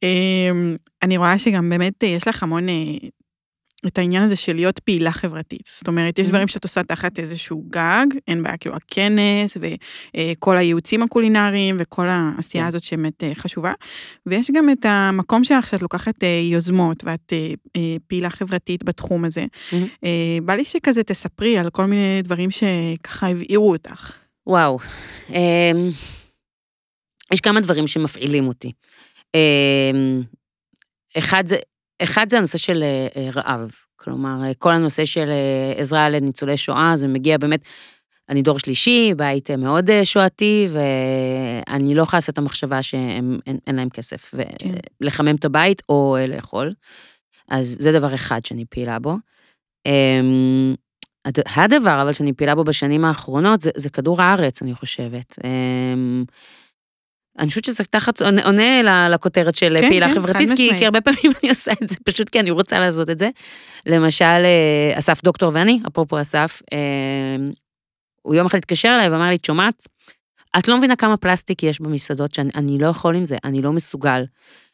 S1: אני רואה שגם באמת יש לך המון... את העניין הזה של להיות פעילה חברתית. זאת אומרת, יש דברים שאת עושה תחת איזשהו גג, אין בעיה, כאילו הכנס, וכל הייעוצים הקולינריים, וכל העשייה הזאת שבאמת חשובה, ויש גם את המקום שלך, שאת לוקחת יוזמות, ואת פעילה חברתית בתחום הזה. בא לי שכזה תספרי על כל מיני דברים שככה הבעירו אותך.
S2: וואו. יש כמה דברים שמפעילים אותי. אחד זה, אחד זה הנושא של רעב, כלומר, כל הנושא של עזרה לניצולי שואה, זה מגיע באמת, אני דור שלישי, בית מאוד שואתי, ואני לא יכולה לעשות את המחשבה שאין להם כסף, ולחמם את הבית או לאכול, אז זה דבר אחד שאני פעילה בו. הדבר, אבל שאני פעילה בו בשנים האחרונות, זה, זה כדור הארץ, אני חושבת. אני חושבת שזה תחת, עונה לכותרת של כן, פעילה כן, חברתית, כי, כי הרבה פעמים אני עושה את זה, פשוט כי אני רוצה לעשות את זה. למשל, אסף דוקטור ואני, אפרופו אסף, הוא יום אחד התקשר אליי ואמר לי, שומעת, את לא מבינה כמה פלסטיק יש במסעדות, שאני לא יכול עם זה, אני לא מסוגל.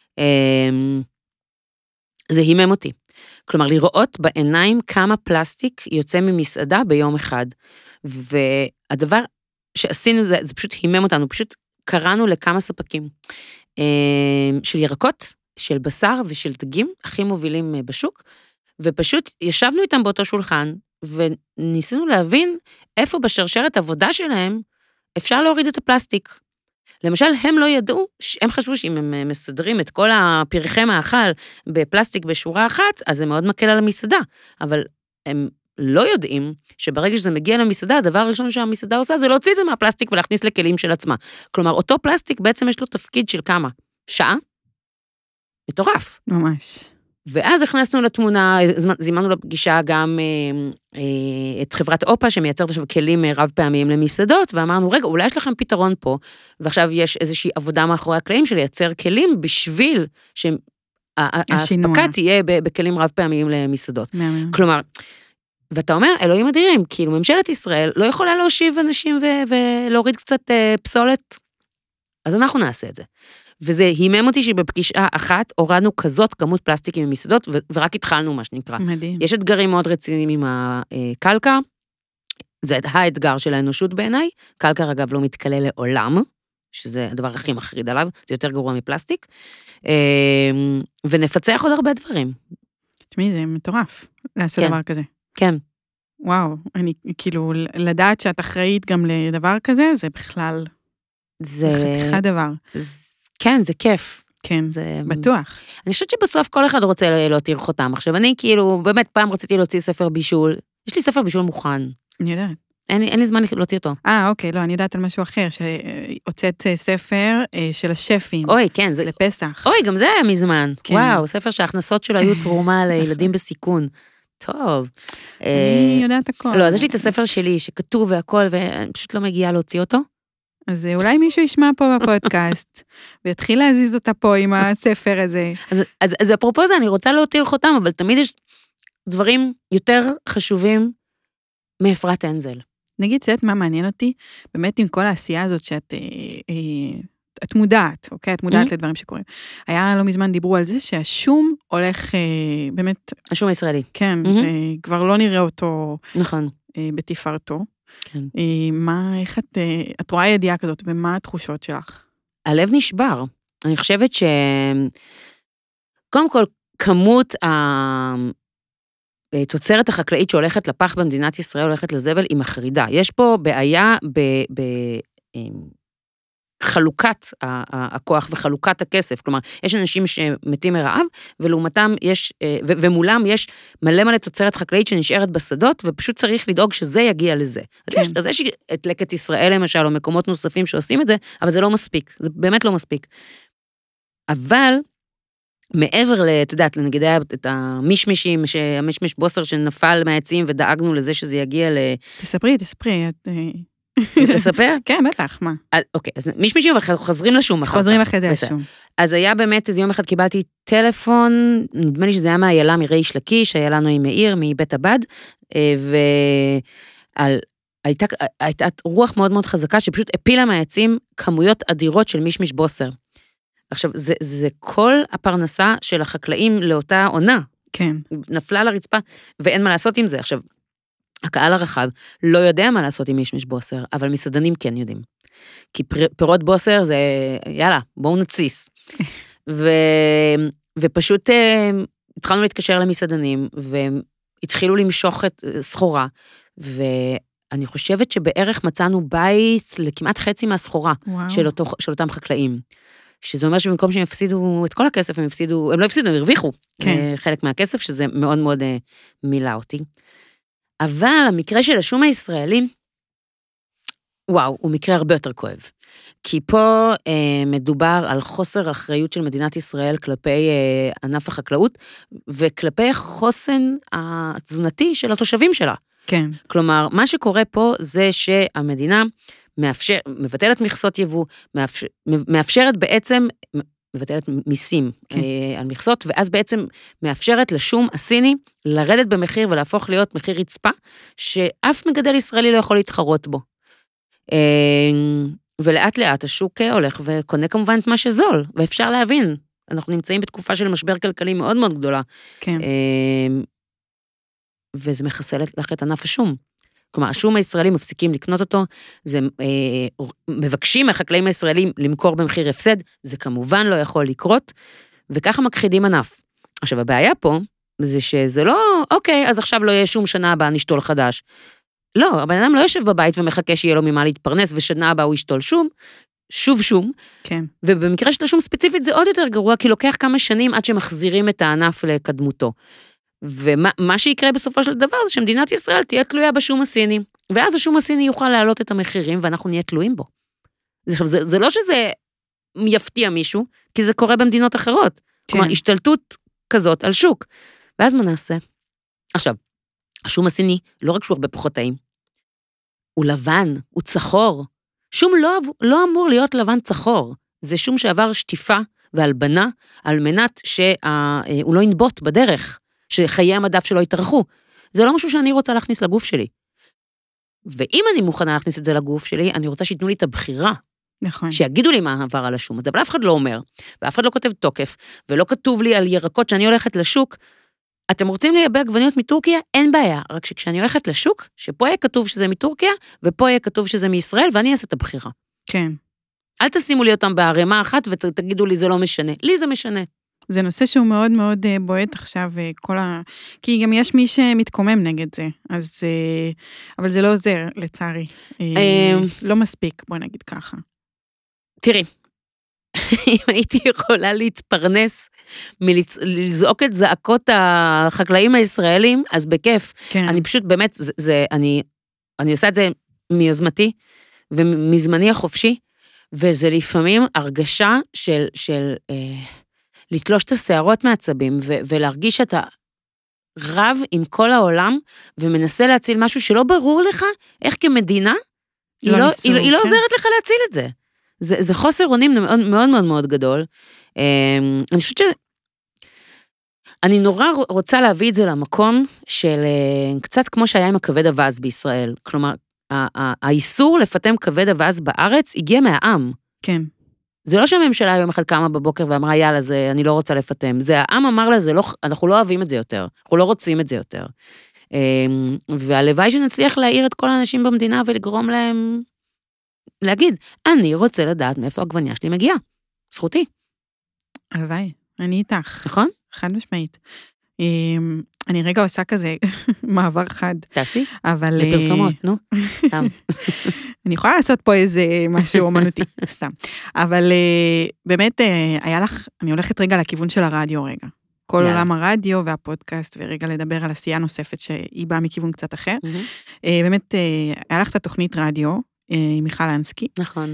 S2: זה הימם אותי. כלומר, לראות בעיניים כמה פלסטיק יוצא ממסעדה ביום אחד. והדבר שעשינו, זה, זה פשוט הימם אותנו, פשוט קראנו לכמה ספקים של ירקות, של בשר ושל דגים, הכי מובילים בשוק, ופשוט ישבנו איתם באותו שולחן, וניסינו להבין איפה בשרשרת עבודה שלהם אפשר להוריד את הפלסטיק. למשל, הם לא ידעו, הם חשבו שאם הם מסדרים את כל הפרחי מאכל בפלסטיק בשורה אחת, אז זה מאוד מקל על המסעדה, אבל הם לא יודעים שברגע שזה מגיע למסעדה, הדבר הראשון שהמסעדה עושה זה להוציא את זה מהפלסטיק ולהכניס לכלים של עצמה. כלומר, אותו פלסטיק בעצם יש לו תפקיד של כמה? שעה? מטורף.
S1: ממש.
S2: ואז הכנסנו לתמונה, זימנו לפגישה גם אה, אה, את חברת אופה, שמייצרת עכשיו כלים רב פעמיים למסעדות, ואמרנו, רגע, אולי יש לכם פתרון פה, ועכשיו יש איזושהי עבודה מאחורי הקלעים של לייצר כלים בשביל שהם ההספקה תהיה בכלים רב פעמיים למסעדות. כלומר, ואתה אומר, אלוהים אדירים, כאילו ממשלת ישראל לא יכולה להושיב אנשים ולהוריד קצת פסולת, אז אנחנו נעשה את זה. וזה הימם אותי שבפגישה אחת הורדנו כזאת כמות פלסטיקים ממסעדות, ורק התחלנו מה שנקרא.
S1: מדהים.
S2: יש אתגרים מאוד רציניים עם הקלקר, זה האתגר של האנושות בעיניי, קלקר אגב לא מתקלה לעולם, שזה הדבר הכי מחריד עליו, זה יותר גרוע מפלסטיק, ונפצח עוד הרבה דברים.
S1: תשמעי, זה מטורף לעשות דבר כזה.
S2: כן.
S1: וואו, אני כאילו, לדעת שאת אחראית גם לדבר כזה, זה בכלל...
S2: זה...
S1: חתיכה דבר.
S2: כן, זה כיף.
S1: כן, זה בטוח.
S2: אני חושבת שבסוף כל אחד רוצה להותיר חותם. עכשיו, אני כאילו, באמת פעם רציתי להוציא ספר בישול, יש לי ספר בישול מוכן.
S1: אני יודעת.
S2: אין, אין לי זמן להוציא אותו.
S1: אה, אוקיי, לא, אני יודעת על משהו אחר, שהוצאת ספר של השפים.
S2: אוי, כן. זה...
S1: לפסח.
S2: אוי, גם זה היה מזמן. כן. וואו, ספר שההכנסות שלו היו תרומה לילדים בסיכון. טוב.
S1: אני יודעת הכל.
S2: לא, אז יש לי את הספר שלי, שכתוב והכל, ואני פשוט לא מגיעה להוציא אותו.
S1: אז אולי מישהו ישמע פה בפודקאסט, ויתחיל להזיז אותה פה עם הספר הזה.
S2: אז, אז, אז אפרופו זה, אני רוצה להותיר חותם, אבל תמיד יש דברים יותר חשובים מאפרת אנזל.
S1: נגיד, שאת מה מעניין אותי, באמת עם כל העשייה הזאת שאת... אה, אה, את מודעת, אוקיי? את מודעת mm-hmm. לדברים שקורים. היה לא מזמן דיברו על זה שהשום הולך אה, באמת...
S2: השום הישראלי.
S1: כן, mm-hmm. אה, כבר לא נראה אותו...
S2: נכון.
S1: אה, בתפארתו.
S2: כן.
S1: אה, מה, איך את... אה, את רואה ידיעה כזאת, ומה התחושות שלך?
S2: הלב נשבר. אני חושבת ש... קודם כל, כמות התוצרת החקלאית שהולכת לפח במדינת ישראל, הולכת לזבל, היא מחרידה. יש פה בעיה ב... ב חלוקת הכוח וחלוקת הכסף, כלומר, יש אנשים שמתים מרעב, ולעומתם יש, ו- ומולם יש מלא מלא תוצרת חקלאית שנשארת בשדות, ופשוט צריך לדאוג שזה יגיע לזה. כן. אז, יש, אז יש את לקט ישראל למשל, או מקומות נוספים שעושים את זה, אבל זה לא מספיק, זה באמת לא מספיק. אבל, מעבר, את יודעת, נגיד היה את המשמישים, המשמיש בוסר שנפל מהעצים, ודאגנו לזה שזה יגיע ל...
S1: תספרי, תספרי, את...
S2: לספר?
S1: כן, בטח, מה?
S2: אוקיי, אז מישמישים, אבל חוזרים לשום.
S1: חוזרים אחרי זה לשום.
S2: אז היה באמת, איזה יום אחד קיבלתי טלפון, נדמה לי שזה היה מהאיילה מריש לקיש, היה לנו עם מאיר, מבית הבד, והייתה רוח מאוד מאוד חזקה, שפשוט הפילה מהעצים כמויות אדירות של מישמיש בוסר. עכשיו, זה, זה כל הפרנסה של החקלאים לאותה עונה.
S1: כן.
S2: נפלה לרצפה, ואין מה לעשות עם זה. עכשיו, הקהל הרחב לא יודע מה לעשות עם מישמיש בוסר, אבל מסעדנים כן יודעים. כי פירות בוסר זה, יאללה, בואו נציס. ו, ופשוט התחלנו להתקשר למסעדנים, והתחילו למשוך את סחורה, ואני חושבת שבערך מצאנו בית לכמעט חצי מהסחורה של, אותו, של אותם חקלאים. שזה אומר שבמקום שהם יפסידו את כל הכסף, הם יפסידו, הם לא יפסידו, הם הרוויחו כן. חלק מהכסף, שזה מאוד מאוד מילא אותי. אבל המקרה של השום הישראלי, וואו, הוא מקרה הרבה יותר כואב. כי פה אה, מדובר על חוסר אחריות של מדינת ישראל כלפי אה, ענף החקלאות, וכלפי החוסן התזונתי של התושבים שלה.
S1: כן.
S2: כלומר, מה שקורה פה זה שהמדינה מאפשר, מבטלת מכסות יבוא, מאפשר, מאפשרת בעצם, מבטלת מיסים כן. אה, על מכסות, ואז בעצם מאפשרת לשום הסיני לרדת במחיר ולהפוך להיות מחיר רצפה, שאף מגדל ישראלי לא יכול להתחרות בו. אה, ולאט לאט השוק הולך וקונה כמובן את מה שזול, ואפשר להבין, אנחנו נמצאים בתקופה של משבר כלכלי מאוד מאוד גדולה.
S1: כן.
S2: אה, וזה מחסל לך את ענף השום. כלומר, השום הישראלים מפסיקים לקנות אותו, זה אה, מבקשים מהחקלאים הישראלים למכור במחיר הפסד, זה כמובן לא יכול לקרות, וככה מכחידים ענף. עכשיו, הבעיה פה, זה שזה לא, אוקיי, אז עכשיו לא יהיה שום שנה הבאה נשתול חדש. לא, הבן אדם לא יושב בבית ומחכה שיהיה לו ממה להתפרנס, ושנה הבאה הוא ישתול שום, שוב שום,
S1: כן.
S2: ובמקרה של השום ספציפית זה עוד יותר גרוע, כי לוקח כמה שנים עד שמחזירים את הענף לקדמותו. ומה שיקרה בסופו של דבר זה שמדינת ישראל תהיה תלויה בשום הסיני, ואז השום הסיני יוכל להעלות את המחירים, ואנחנו נהיה תלויים בו. זה, זה, זה לא שזה יפתיע מישהו, כי זה קורה במדינות אחרות. כן. כלומר, השתלטות כזאת על שוק. ואז מה נעשה? עכשיו, השום הסיני, לא רק שהוא הרבה פחות טעים, הוא לבן, הוא צחור. שום לא, לא אמור להיות לבן צחור. זה שום שעבר שטיפה והלבנה, על מנת שהוא לא ינבוט בדרך, שחיי המדף שלו יתארכו. זה לא משהו שאני רוצה להכניס לגוף שלי. ואם אני מוכנה להכניס את זה לגוף שלי, אני רוצה שיתנו לי את הבחירה.
S1: נכון.
S2: שיגידו לי מה עבר על השום הזה, אבל אף אחד לא אומר, ואף אחד לא כותב תוקף, ולא כתוב לי על ירקות שאני הולכת לשוק, אתם רוצים לייבא עגבניות מטורקיה? אין בעיה, רק שכשאני הולכת לשוק, שפה יהיה כתוב שזה מטורקיה, ופה יהיה כתוב שזה מישראל, ואני אעשה את הבחירה.
S1: כן.
S2: אל תשימו לי אותם בערימה אחת, ותגידו לי זה לא משנה. לי זה משנה.
S1: זה נושא שהוא מאוד מאוד בועט עכשיו, כל ה... כי גם יש מי שמתקומם נגד זה, אז... אבל זה לא עוזר, לצערי. לא מספיק, בוא נגיד ככה.
S2: תראי, אם הייתי יכולה להתפרנס מלזעוק את זעקות החקלאים הישראלים, אז בכיף.
S1: כן.
S2: אני פשוט באמת, זה, זה, אני, אני עושה את זה מיוזמתי, ומזמני החופשי, וזה לפעמים הרגשה של, של אה, לתלוש את השערות מעצבים, ו, ולהרגיש שאתה רב עם כל העולם, ומנסה להציל משהו שלא ברור לך, איך כמדינה, לא היא, לא, ניסו, היא, כן. היא לא עוזרת לך להציל את זה. זה, זה חוסר אונים מאוד מאוד מאוד, מאוד גדול. אני חושבת ש... אני נורא רוצה להביא את זה למקום של קצת כמו שהיה עם הכבד אבז בישראל. כלומר, האיסור לפטם כבד אבז בארץ הגיע מהעם.
S1: כן.
S2: זה לא שהממשלה יום אחד קמה בבוקר ואמרה, יאללה, זה, אני לא רוצה לפטם. זה העם אמר לה, זה לא, אנחנו לא אוהבים את זה יותר. אנחנו לא רוצים את זה יותר. והלוואי שנצליח להעיר את כל האנשים במדינה ולגרום להם... להגיד, אני רוצה לדעת מאיפה הגווניה שלי מגיעה. זכותי.
S1: הלוואי, אני איתך.
S2: נכון?
S1: חד משמעית. אני רגע עושה כזה מעבר חד.
S2: תעשי?
S1: אבל...
S2: לפרסומות, נו. סתם.
S1: אני יכולה לעשות פה איזה משהו אומנותי, סתם. אבל באמת, היה לך, אני הולכת רגע לכיוון של הרדיו רגע. כל עולם הרדיו והפודקאסט, ורגע לדבר על עשייה נוספת שהיא באה מכיוון קצת אחר. באמת, היה לך את התוכנית רדיו, מיכל אנסקי.
S2: נכון.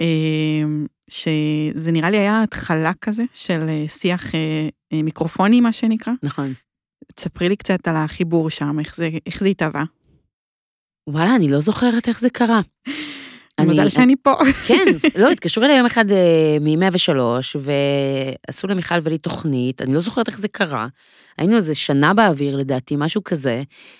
S1: שזה נראה לי היה התחלה כזה, של שיח מיקרופוני, מה שנקרא.
S2: נכון.
S1: תספרי לי קצת על החיבור שם, איך זה, איך זה התהווה.
S2: וואלה, אני לא זוכרת איך זה קרה.
S1: מזל שאני פה.
S2: כן, לא, התקשרו אליי יום אחד מ-מאה ושלוש, ועשו למיכל ולי תוכנית, אני לא זוכרת איך זה קרה. היינו איזה שנה באוויר, לדעתי, משהו כזה,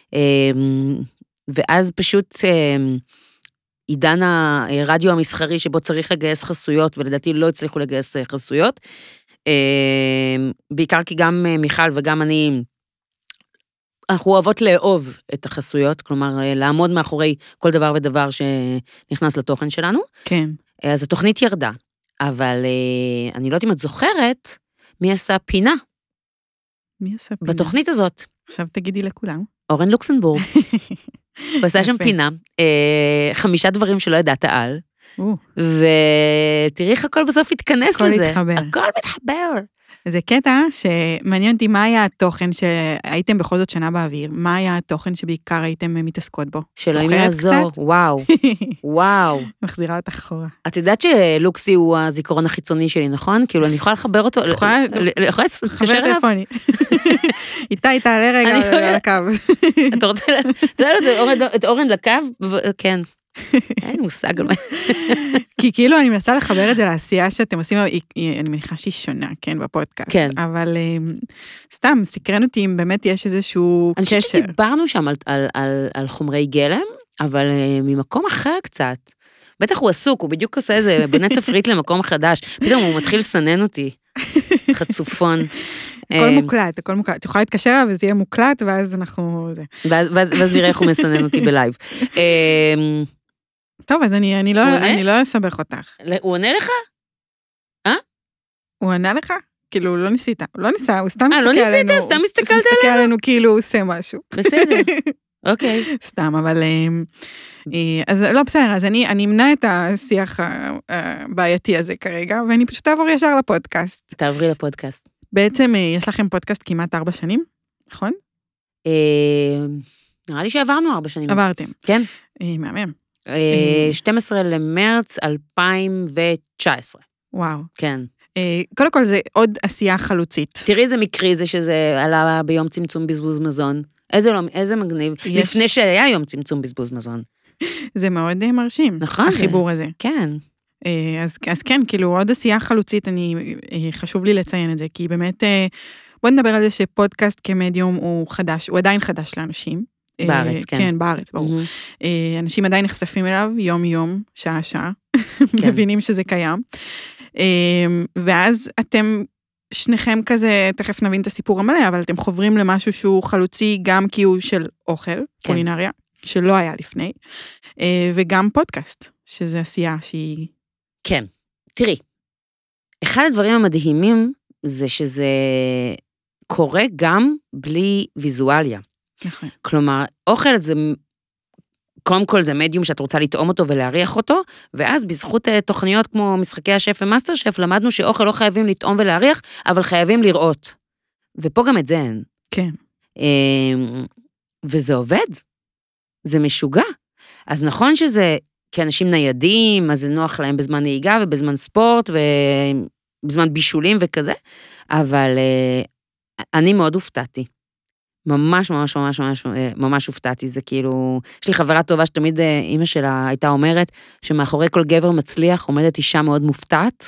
S2: ואז פשוט... עידן הרדיו המסחרי שבו צריך לגייס חסויות, ולדעתי לא הצליחו לגייס חסויות, בעיקר כי גם מיכל וגם אני, אנחנו אוהבות לאהוב את החסויות, כלומר, לעמוד מאחורי כל דבר ודבר שנכנס לתוכן שלנו.
S1: כן.
S2: אז התוכנית ירדה, אבל אני לא יודעת אם את זוכרת, מי עשה פינה?
S1: מי עשה פינה?
S2: בתוכנית הזאת.
S1: עכשיו תגידי לכולם.
S2: אורן לוקסנבורג. הוא עשה שם פינה, חמישה דברים שלא ידעת על, ותראי איך הכל בסוף התכנס לזה.
S1: הכל מתחבר.
S2: הכל מתחבר.
S1: זה קטע שמעניין אותי מה היה התוכן שהייתם בכל זאת שנה באוויר, מה היה התוכן שבעיקר הייתם מתעסקות בו.
S2: שאלוהים יעזור, וואו, וואו.
S1: מחזירה אותך אחורה.
S2: את יודעת שלוקסי הוא הזיכרון החיצוני שלי, נכון? כאילו אני יכולה לחבר אותו,
S1: יכולה לחבר טלפוני. איתה, איתה, עלה רגע על הקו.
S2: אתה רוצה, אתה יודע את אורן לקו? כן. אין מושג על מה.
S1: כי כאילו אני מנסה לחבר את זה לעשייה שאתם עושים, אני מניחה שהיא שונה, כן, בפודקאסט.
S2: כן.
S1: אבל סתם, סקרן אותי אם באמת יש איזשהו קשר.
S2: אני חושבת שדיברנו שם על, על, על, על חומרי גלם, אבל ממקום אחר קצת. בטח הוא עסוק, הוא בדיוק עושה איזה בונה תפריט למקום חדש. פתאום הוא מתחיל לסנן אותי. חצופון.
S1: הכל מוקלט, הכל מוקלט. את יכולה להתקשר וזה יהיה מוקלט, ואז אנחנו...
S2: ואז נראה איך הוא מסנן אותי בלייב.
S1: טוב, אז אני, אני לא, אני לא אסבך אותך.
S2: הוא עונה לך? אה?
S1: הוא עונה לך? כאילו, הוא לא ניסית. הוא לא ניסה, הוא סתם
S2: מסתכל עלינו. אה, לא ניסית? סתם מסתכלת עלינו?
S1: הוא מסתכל עלינו כאילו הוא עושה משהו.
S2: בסדר. אוקיי.
S1: סתם, אבל... אז לא, בסדר, אז אני, אני אמנע את השיח הבעייתי הזה כרגע, ואני פשוט אעבור ישר לפודקאסט.
S2: תעברי לפודקאסט.
S1: בעצם יש לכם פודקאסט כמעט ארבע שנים, נכון?
S2: נראה לי שעברנו ארבע שנים.
S1: עברתם.
S2: כן.
S1: מהמם.
S2: שנים עשר למרץ אלפיים תשע עשרה.
S1: וואו.
S2: כן.
S1: קודם כל זה עוד עשייה חלוצית.
S2: תראי איזה מקרי זה שזה עלה ביום צמצום בזבוז מזון. איזה, לא, איזה מגניב. יש... לפני שהיה יום צמצום בזבוז מזון.
S1: זה מאוד מרשים.
S2: נכון.
S1: החיבור זה. הזה.
S2: כן.
S1: אז, אז כן, כאילו, עוד עשייה חלוצית, אני, חשוב לי לציין את זה, כי באמת, בוא נדבר על זה שפודקאסט כמדיום הוא חדש, הוא עדיין חדש לאנשים.
S2: בארץ, כן.
S1: כן, בארץ, ברור. Mm-hmm. אנשים עדיין נחשפים אליו יום-יום, שעה-שעה, כן. מבינים שזה קיים. ואז אתם, שניכם כזה, תכף נבין את הסיפור המלא, אבל אתם חוברים למשהו שהוא חלוצי, גם כי הוא של אוכל, כן. קולינריה, שלא היה לפני, וגם פודקאסט, שזה עשייה שהיא...
S2: כן, תראי, אחד הדברים המדהימים זה שזה קורה גם בלי ויזואליה.
S1: נכון.
S2: כלומר, אוכל זה, קודם כל זה מדיום שאת רוצה לטעום אותו ולהריח אותו, ואז בזכות תוכניות כמו משחקי השף ומאסטר שף, למדנו שאוכל לא חייבים לטעום ולהריח, אבל חייבים לראות. ופה גם את זה אין.
S1: כן.
S2: וזה עובד. זה משוגע. אז נכון שזה... כי אנשים ניידים, אז זה נוח להם בזמן נהיגה ובזמן ספורט ובזמן בישולים וכזה, אבל אני מאוד הופתעתי. ממש ממש ממש ממש ממש הופתעתי, זה כאילו, יש לי חברה טובה שתמיד אמא שלה הייתה אומרת, שמאחורי כל גבר מצליח עומדת אישה מאוד מופתעת.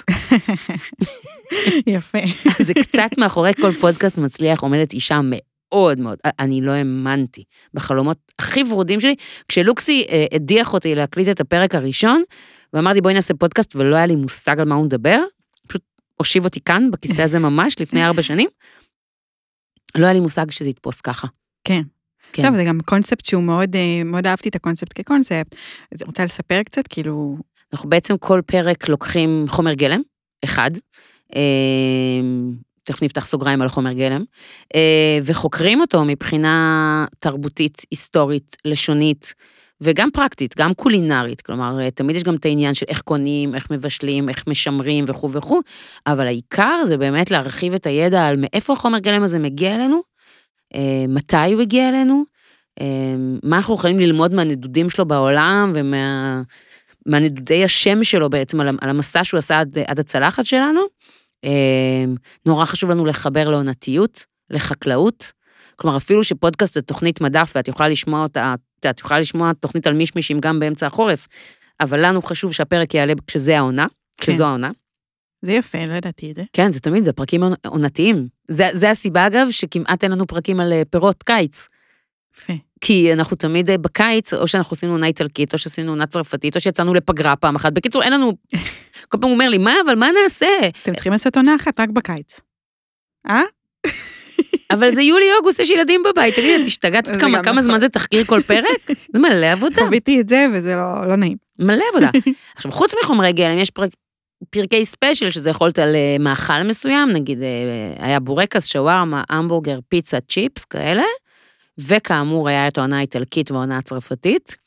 S1: יפה.
S2: זה קצת מאחורי כל פודקאסט מצליח עומדת אישה מאוד. מאוד מאוד, אני לא האמנתי, בחלומות הכי ורודים שלי, כשלוקסי אה, הדיח אותי להקליט את הפרק הראשון, ואמרתי בואי נעשה פודקאסט, ולא היה לי מושג על מה הוא מדבר, פשוט הושיב אותי כאן, בכיסא הזה ממש, לפני ארבע שנים, לא היה לי מושג שזה יתפוס ככה.
S1: כן. כן. טוב, זה גם קונספט שהוא מאוד, מאוד אהבתי את הקונספט כקונספט, אז רוצה לספר קצת, כאילו...
S2: אנחנו בעצם כל פרק לוקחים חומר גלם, אחד, אה... תכף נפתח סוגריים על חומר גלם, וחוקרים אותו מבחינה תרבותית, היסטורית, לשונית, וגם פרקטית, גם קולינרית, כלומר, תמיד יש גם את העניין של איך קונים, איך מבשלים, איך משמרים וכו' וכו', אבל העיקר זה באמת להרחיב את הידע על מאיפה החומר גלם הזה מגיע אלינו, מתי הוא הגיע אלינו, מה אנחנו יכולים ללמוד מהנדודים שלו בעולם, ומה, מהנדודי השם שלו בעצם, על המסע שהוא עשה עד, עד הצלחת שלנו, נורא חשוב לנו לחבר לעונתיות, לחקלאות, כלומר אפילו שפודקאסט זה תוכנית מדף, ואת יכולה לשמוע אותה, את יכולה לשמוע תוכנית על מישמישים גם באמצע החורף, אבל לנו חשוב שהפרק יעלה כשזה העונה, כשזו העונה.
S1: זה יפה, לא ידעתי את זה.
S2: כן, זה תמיד, זה פרקים עונתיים. זה, זה הסיבה אגב, שכמעט אין לנו פרקים על פירות קיץ.
S1: יפה.
S2: כי אנחנו תמיד בקיץ, או שאנחנו עשינו עונה איטלקית, או שעשינו עונה צרפתית, או שיצאנו לפגרה פעם אחת. בקיצור, אין לנו... כל פעם הוא אומר לי, מה, אבל מה נעשה?
S1: אתם צריכים לעשות עונה אחת רק בקיץ. אה?
S2: אבל זה יולי-אוגוסט, יש ילדים בבית. תגידי, את השתגעת כמה, כמה זמן זה תחקיר כל פרק? זה מלא עבודה.
S1: חוויתי את זה, וזה לא, לא נעים.
S2: מלא עבודה. עכשיו, חוץ מחומרי גלם, יש פרק, פרקי ספיישל, שזה יכולת על מאכל מסוים, נגיד, היה בורקס, שווארמה, המבורגר, פיצה, צ'יפס, כאלה, וכאמור, היה את העונה האיטלקית והעונה הצרפתית.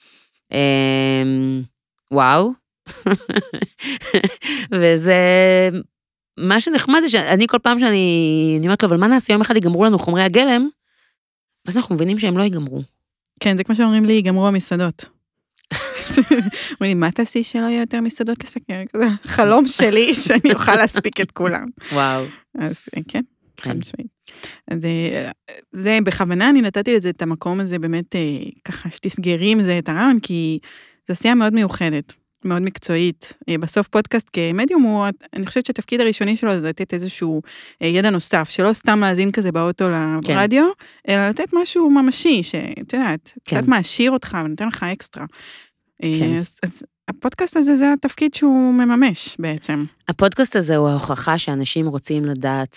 S2: וואו. וזה... מה שנחמד זה שאני כל פעם שאני, אני אומרת לו, אבל מה נעשה? יום אחד ייגמרו לנו חומרי הגלם, ואז אנחנו מבינים שהם לא ייגמרו.
S1: כן, זה כמו שאומרים לי, ייגמרו המסעדות. אומרים לי, מה תעשי שלא יהיה יותר מסעדות לסקר? חלום שלי שאני אוכל להספיק את כולם.
S2: וואו.
S1: אז כן, חד משמעית. אז זה, בכוונה אני נתתי לזה את המקום הזה, באמת ככה שתסגרי עם זה את הרעיון, כי זו עשייה מאוד מיוחדת. מאוד מקצועית. בסוף פודקאסט כמדיום הוא, אני חושבת שהתפקיד הראשוני שלו זה לתת איזשהו ידע נוסף, שלא סתם להזין כזה באוטו לרדיו, אלא לתת משהו ממשי, שאת יודעת, קצת מעשיר אותך ונותן לך אקסטרה. אז הפודקאסט הזה זה התפקיד שהוא מממש בעצם.
S2: הפודקאסט הזה הוא ההוכחה שאנשים רוצים לדעת,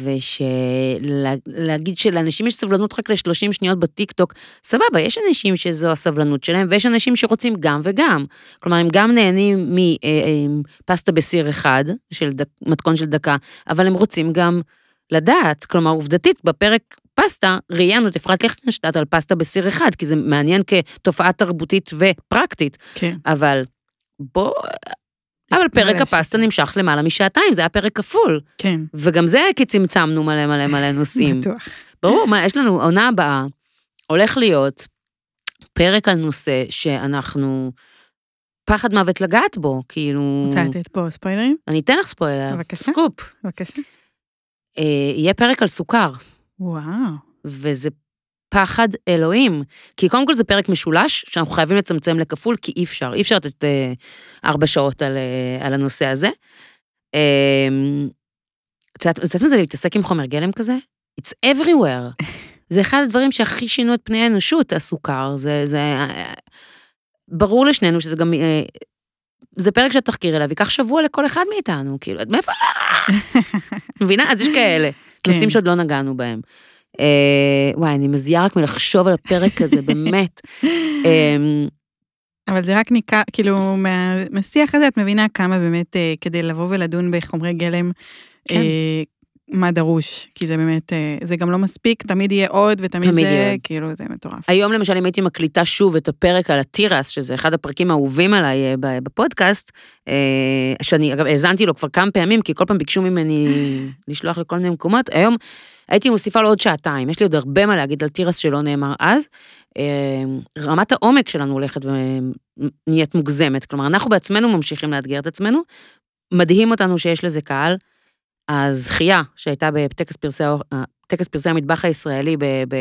S2: ולהגיד שלאנשים יש סבלנות רק ל-שלושים שניות בטיק-טוק, סבבה, יש אנשים שזו הסבלנות שלהם, ויש אנשים שרוצים גם וגם. כלומר, הם גם נהנים מפסטה בסיר אחד, של מתכון של דקה, אבל הם רוצים גם לדעת, כלומר, עובדתית, בפרק פסטה, ראיינו את אפרת ליכטנשטט על פסטה בסיר אחד, כי זה מעניין כתופעה תרבותית ופרקטית.
S1: כן.
S2: אבל בוא... אבל פרק הפסטה נמשך למעלה משעתיים, זה היה פרק כפול.
S1: כן.
S2: וגם זה כי צמצמנו מלא מלא מלא נושאים.
S1: בטוח.
S2: ברור, מה, יש לנו עונה הבאה, הולך להיות פרק על נושא שאנחנו פחד מוות לגעת בו, כאילו...
S1: רוצה לתת פה ספוילרים?
S2: אני אתן לך ספוילר.
S1: בבקשה.
S2: סקופ.
S1: בבקשה.
S2: יהיה פרק על סוכר.
S1: וואו.
S2: וזה פחד אלוהים. כי קודם כל זה פרק משולש, שאנחנו חייבים לצמצם לכפול, כי אי אפשר, אי אפשר לתת ארבע שעות על, על הנושא הזה. את יודעת מה זה להתעסק עם חומר גלם כזה? It's everywhere. זה אחד הדברים שהכי שינו את פני האנושות, הסוכר. זה, זה, ברור לשנינו שזה גם, זה פרק שהתחקיר אליו, ייקח שבוע לכל אחד מאיתנו, כאילו, מאיפה? מבינה? אז יש כאלה, נושאים שעוד לא נגענו בהם. וואי, אני מזיעה רק מלחשוב על הפרק הזה, באמת.
S1: אבל זה רק ניקה, כאילו, מהשיח הזה את מבינה כמה באמת, כדי לבוא ולדון בחומרי גלם, מה דרוש, כי זה באמת, זה גם לא מספיק, תמיד יהיה עוד, ותמיד זה, כאילו, זה מטורף.
S2: היום למשל, אם הייתי מקליטה שוב את הפרק על הטירס, שזה אחד הפרקים האהובים עליי בפודקאסט, שאני, אגב, האזנתי לו כבר כמה פעמים, כי כל פעם ביקשו ממני לשלוח לכל מיני מקומות, היום הייתי מוסיפה לו עוד שעתיים, יש לי עוד הרבה מה להגיד על טירס שלא נאמר אז, רמת העומק שלנו הולכת ונהיית מוגזמת, כלומר, אנחנו בעצמנו ממשיכים לאתגר את עצמנו, מדהים אותנו שיש לזה קהל, הזכייה שהייתה בטקס פרסי, טקס פרסי המטבח הישראלי, ב, ב,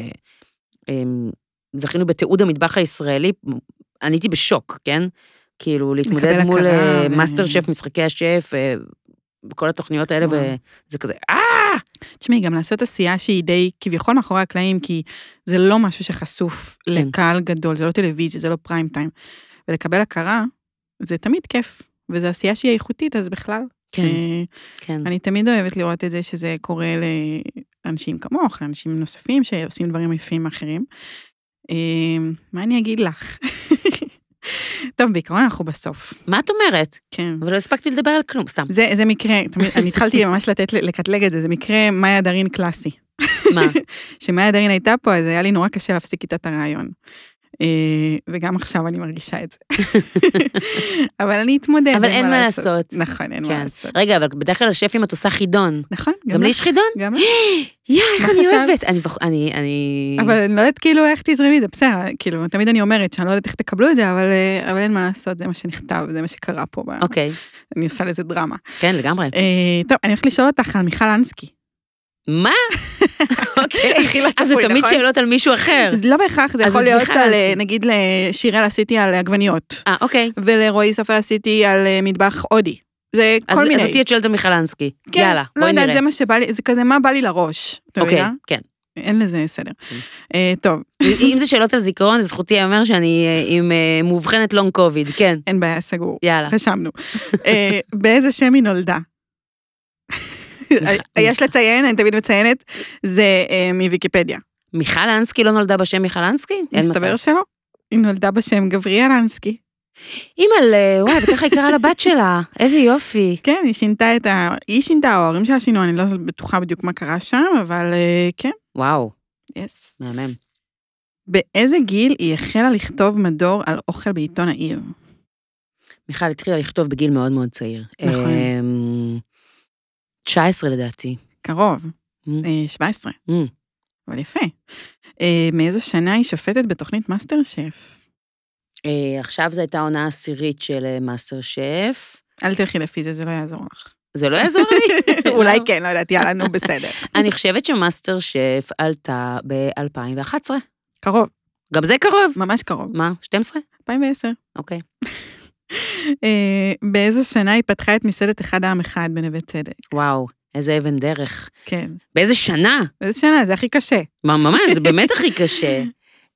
S2: זכינו בתיעוד המטבח הישראלי, אני הייתי בשוק, כן? כאילו, להתמודד מול מאסטר שף, משחקי השף, וכל התוכניות האלה, וזה כזה, אה!
S1: תשמעי, גם לעשות עשייה שהיא די כביכול מאחורי הקלעים, כי זה לא משהו שחשוף לקהל גדול, זה לא טלוויזיה, זה לא פריים טיים, ולקבל הכרה, זה תמיד כיף, וזו עשייה שהיא איכותית, אז בכלל.
S2: כן, כן.
S1: אני תמיד אוהבת לראות את זה, שזה קורה לאנשים כמוך, לאנשים נוספים, שעושים דברים יפים אחרים. מה אני אגיד לך? טוב, בעיקרון אנחנו בסוף.
S2: מה את אומרת?
S1: כן.
S2: אבל לא הספקתי לדבר על כלום, סתם.
S1: זה, זה מקרה, אני התחלתי ממש לתת, לקטלג את זה, זה מקרה מאיה דרין קלאסי.
S2: מה?
S1: שמאיה דרין הייתה פה, אז היה לי נורא קשה להפסיק איתה את הרעיון. וגם עכשיו אני מרגישה את זה. אבל אני אתמודד.
S2: אבל אין מה לעשות.
S1: נכון, אין מה לעשות.
S2: רגע, אבל בדרך כלל השפים את עושה חידון.
S1: נכון.
S2: גם לי יש חידון?
S1: גם לי.
S2: יא, איך אני אוהבת. אני...
S1: אבל אני לא יודעת כאילו איך תזרמי, זה בסדר, כאילו, תמיד אני אומרת שאני לא יודעת איך תקבלו את זה, אבל אין מה לעשות, זה מה שנכתב, זה מה שקרה פה.
S2: אוקיי.
S1: אני עושה לזה דרמה.
S2: כן, לגמרי.
S1: טוב, אני הולכת לשאול אותך על מיכל אנסקי.
S2: מה? אוקיי, אז זה תמיד שאלות על מישהו אחר.
S1: זה לא בהכרח, זה יכול להיות על, נגיד לשירל עשיתי על עגבניות.
S2: אה, אוקיי.
S1: ולרועי סופר עשיתי על מטבח הודי. זה כל מיני.
S2: אז אותי את שואלת על מיכל אנסקי. יאללה, בואי נראה.
S1: לא יודעת, זה מה שבא לי, זה כזה מה בא לי לראש.
S2: אוקיי, כן.
S1: אין לזה סדר. טוב.
S2: אם זה שאלות על זיכרון, זה זכותי אומר שאני עם מובחנת לונג קוביד, כן.
S1: אין בעיה, סגור.
S2: יאללה.
S1: חשמנו. באיזה שם היא נולדה? יש לציין, אני תמיד מציינת, זה מוויקיפדיה.
S2: מיכל אנסקי לא נולדה בשם מיכל אנסקי?
S1: מסתבר שלא. היא נולדה בשם גבריאל אנסקי.
S2: אימא'ל, וואי, וככה היא קראה לבת שלה, איזה יופי.
S1: כן, היא שינתה את ה... היא שינתה, ההורים שלה שינו, אני לא בטוחה בדיוק מה קרה שם, אבל כן.
S2: וואו.
S1: יס.
S2: מהמם.
S1: באיזה גיל היא החלה לכתוב מדור על אוכל בעיתון העיר?
S2: מיכל התחילה לכתוב בגיל מאוד מאוד צעיר.
S1: נכון.
S2: תשע עשרה לדעתי.
S1: קרוב. שבע עשרה. אבל יפה. מאיזו שנה היא שופטת בתוכנית מאסטר שף?
S2: עכשיו זו הייתה עונה עשירית של מאסטר שף.
S1: אל תלכי לפי זה, זה לא יעזור לך.
S2: זה לא יעזור לי?
S1: אולי כן, לא יודעת, יאללה, נו, בסדר.
S2: אני חושבת שמאסטר שף עלתה ב-אלפיים ואחת עשרה.
S1: קרוב.
S2: גם זה קרוב?
S1: ממש קרוב.
S2: מה? שתים עשרה?
S1: אלפיים ועשר.
S2: אוקיי.
S1: באיזו שנה היא פתחה את מסעדת אחד העם אחד בנווה צדק?
S2: וואו, איזה אבן דרך.
S1: כן.
S2: באיזה שנה?
S1: באיזה שנה, זה הכי קשה.
S2: ממש, זה באמת הכי קשה.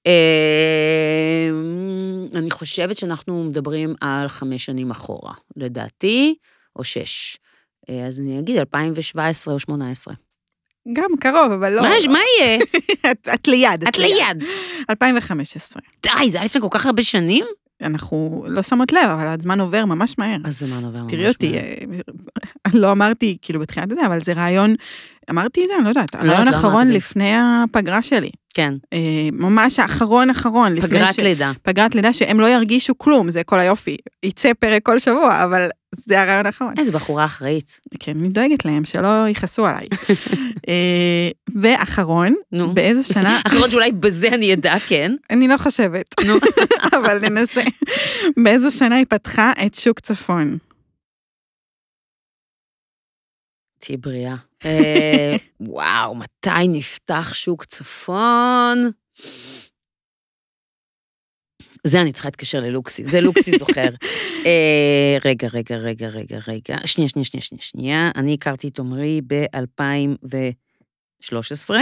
S2: אני חושבת שאנחנו מדברים על חמש שנים אחורה, לדעתי, או שש. אז אני אגיד אלפיים שבע עשרה או שמונה עשרה.
S1: גם קרוב, אבל לא.
S2: מה יהיה?
S1: את ליד.
S2: את ליד.
S1: אלפיים וחמש עשרה.
S2: די, זה היה לפני כל כך הרבה שנים?
S1: אנחנו לא שמות לב, אבל הזמן עובר ממש מהר.
S2: הזמן עובר ממש מהר.
S1: תראי אותי, לא אמרתי, כאילו בתחילת זה, אבל זה רעיון, אמרתי את זה, אני לא יודעת, הרעיון האחרון לפני הפגרה שלי.
S2: כן.
S1: ממש האחרון האחרון.
S2: פגרת לידה.
S1: פגרת לידה שהם לא ירגישו כלום, זה כל היופי. יצא פרק כל שבוע, אבל זה הרעיון האחרון.
S2: איזה בחורה אחראית.
S1: כן, אני דואגת להם, שלא יכעסו עליי. ואחרון, באיזו שנה...
S2: אחרון שאולי בזה אני ידע, כן.
S1: אני לא חושבת, אבל ננסה. באיזו שנה היא פתחה את שוק צפון?
S2: תהי בריאה. וואו, מתי נפתח שוק צפון? זה אני צריכה להתקשר ללוקסי, זה לוקסי זוכר. רגע, רגע, רגע, רגע, רגע. שנייה, שנייה, שנייה, שנייה, שנייה. אני הכרתי את עומרי ב-אלפיים ושלוש עשרה.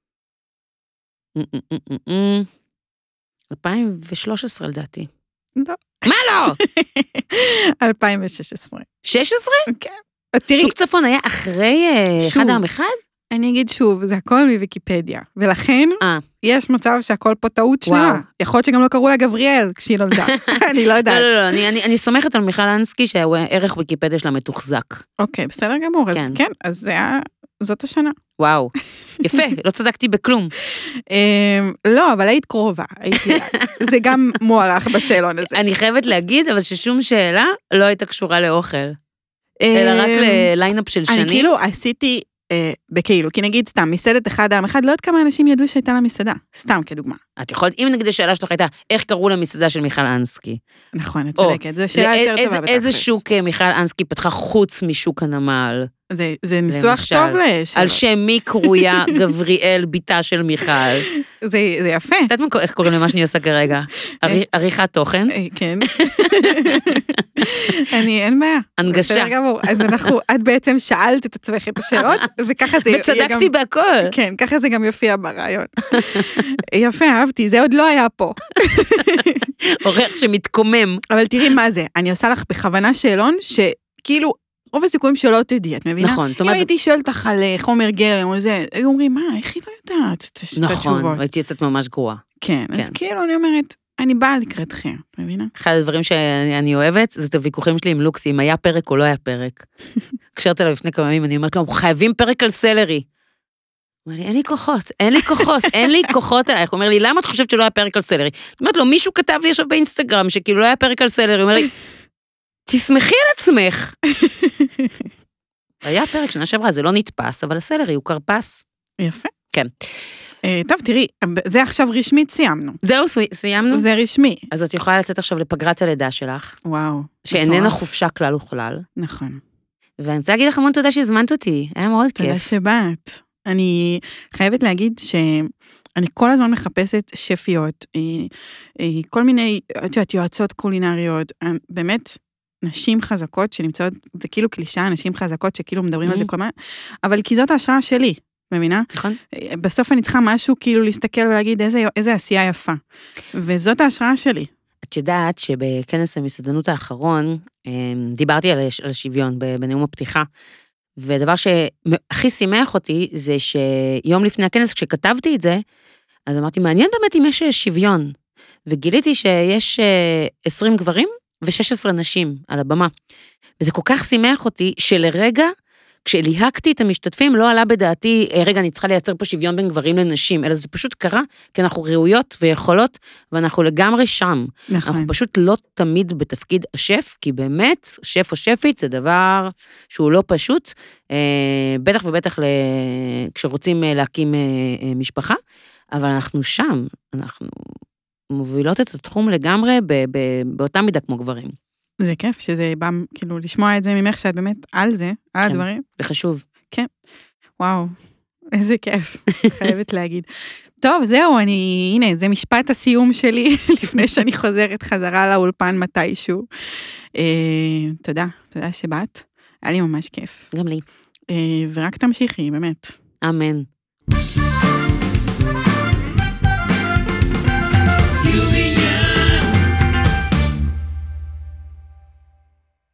S2: אלפיים ושלוש עשרה לדעתי.
S1: לא.
S2: מה לא?
S1: אלפיים ושש עשרה.
S2: שש עשרה?
S1: כן. תראי.
S2: שוק צפון היה אחרי אחד העם אחד?
S1: אני אגיד שוב, זה הכל מוויקיפדיה, ולכן יש מצב שהכל פה טעות שלה. יכול להיות שגם לא קראו לה גבריאל כשהיא נולדה. אני לא יודעת.
S2: לא, לא, לא, אני סומכת על מיכל אנסקי שהערך ויקיפדיה שלה מתוחזק.
S1: אוקיי, בסדר גמור, אז כן, אז זאת השנה.
S2: וואו, יפה, לא צדקתי בכלום.
S1: לא, אבל היית קרובה, זה גם מוערך בשאלון הזה.
S2: אני חייבת להגיד, אבל ששום שאלה לא הייתה קשורה לאוכל, אלא רק לליינאפ של שנים.
S1: אני כאילו עשיתי בכאילו, כי נגיד סתם, מסעדת אחד העם אחד, לא יודעת כמה אנשים ידעו שהייתה לה מסעדה, סתם כדוגמה.
S2: את יכולת, אם נגיד השאלה שלך הייתה, איך קראו למסעדה של מיכל אנסקי?
S1: נכון, את צודקת, זו שאלה יותר טובה בתכלס.
S2: איזה שוק מיכל אנסקי פתחה חוץ משוק הנמל?
S1: זה ניסוח טוב לשאלות.
S2: על שם מי קרויה גבריאל ביתה של מיכל.
S1: זה יפה.
S2: את יודעת איך קוראים למה שאני עושה כרגע? עריכת תוכן?
S1: כן. אני, אין בעיה.
S2: הנגשה.
S1: בסדר גמור. אז אנחנו, את בעצם שאלת את עצמך את השאלות, וככה זה...
S2: וצדקתי בהכל.
S1: כן, ככה זה גם יופיע ברעיון. יפה, אהבתי, זה עוד לא היה פה.
S2: עורך שמתקומם.
S1: אבל תראי מה זה, אני עושה לך בכוונה שאלון שכאילו, רוב הסיכויים שלא תדעי, את מבינה?
S2: נכון.
S1: אם הייתי שואלת לך על חומר גלם או זה, היו אומרים, מה, איך היא לא יודעת את התשובות?
S2: נכון, הייתי יוצאת ממש גרועה.
S1: כן, אז כאילו אני אומרת, אני באה לקראתכם, את מבינה?
S2: אחד הדברים שאני אוהבת, זה את הוויכוחים שלי עם לוקסי, אם היה פרק או לא היה פרק. קשרת עליו לפני כמה ימים, אני אומרת לו, חייבים פרק על סלרי. הוא אומר לי, אין לי כוחות, אין לי כוחות, אין לי כוחות עלייך. הוא אומר לי, למה את חושבת שלא היה פרק על סלרי? זאת אומרת לו, מישהו כתב לי עכשיו באינסטגרם, שכאילו לא היה פרק על סלרי. הוא אומר לי, תשמחי על עצמך. היה פרק שנה שעברה, זה לא נתפס, אבל הסלרי הוא קרפס.
S1: יפה.
S2: כן.
S1: טוב, תראי, זה עכשיו רשמית סיימנו.
S2: זהו, סיימנו?
S1: זה רשמי.
S2: אז את יכולה לצאת עכשיו לפגרת הלידה שלך.
S1: וואו.
S2: שאיננה חופשה כלל וכלל.
S1: נכון.
S2: ואני רוצה להגיד לך המון תודה שהזמנת אותי, היה מאוד כיף.
S1: תודה שבאת. אני חייבת להגיד שאני כל הזמן מחפשת שפיות, כל מיני, את יודעת, יועצות קולינריות, באמת נשים חזקות שנמצאות, זה כאילו קלישה, נשים חזקות שכאילו מדברים על זה כל מה, אבל כי זאת ההשראה שלי, מבינה?
S2: נכון.
S1: בסוף אני צריכה משהו כאילו להסתכל ולהגיד איזה, איזה עשייה יפה, וזאת ההשראה שלי.
S2: את יודעת שבכנס המסעדנות האחרון, דיברתי על השוויון בנאום הפתיחה, ודבר שהכי שימח אותי, זה שיום לפני הכנס, כשכתבתי את זה, אז אמרתי, מעניין באמת אם יש שוויון, וגיליתי שיש עשרים גברים, ו-שש עשרה נשים על הבמה. וזה כל כך שימח אותי, שלרגע, כשליהקתי את המשתתפים, לא עלה בדעתי, רגע, אני צריכה לייצר פה שוויון בין גברים לנשים, אלא זה פשוט קרה, כי אנחנו ראויות ויכולות, ואנחנו לגמרי שם.
S1: נכון.
S2: אנחנו פשוט לא תמיד בתפקיד השף, כי באמת, שף או שפית זה דבר שהוא לא פשוט, בטח ובטח כשרוצים להקים משפחה, אבל אנחנו שם, אנחנו מובילות את התחום לגמרי באותה מידה כמו גברים.
S1: זה כיף שזה בא, כאילו, לשמוע את זה ממך שאת באמת על זה, על
S2: כן,
S1: הדברים.
S2: זה חשוב.
S1: כן. וואו, איזה כיף, חייבת להגיד. טוב, זהו, אני, הנה, זה משפט הסיום שלי, לפני שאני חוזרת חזרה לאולפן מתישהו. אה, תודה, תודה שבאת. היה לי ממש כיף.
S2: גם לי.
S1: אה, ורק תמשיכי, באמת.
S2: אמן.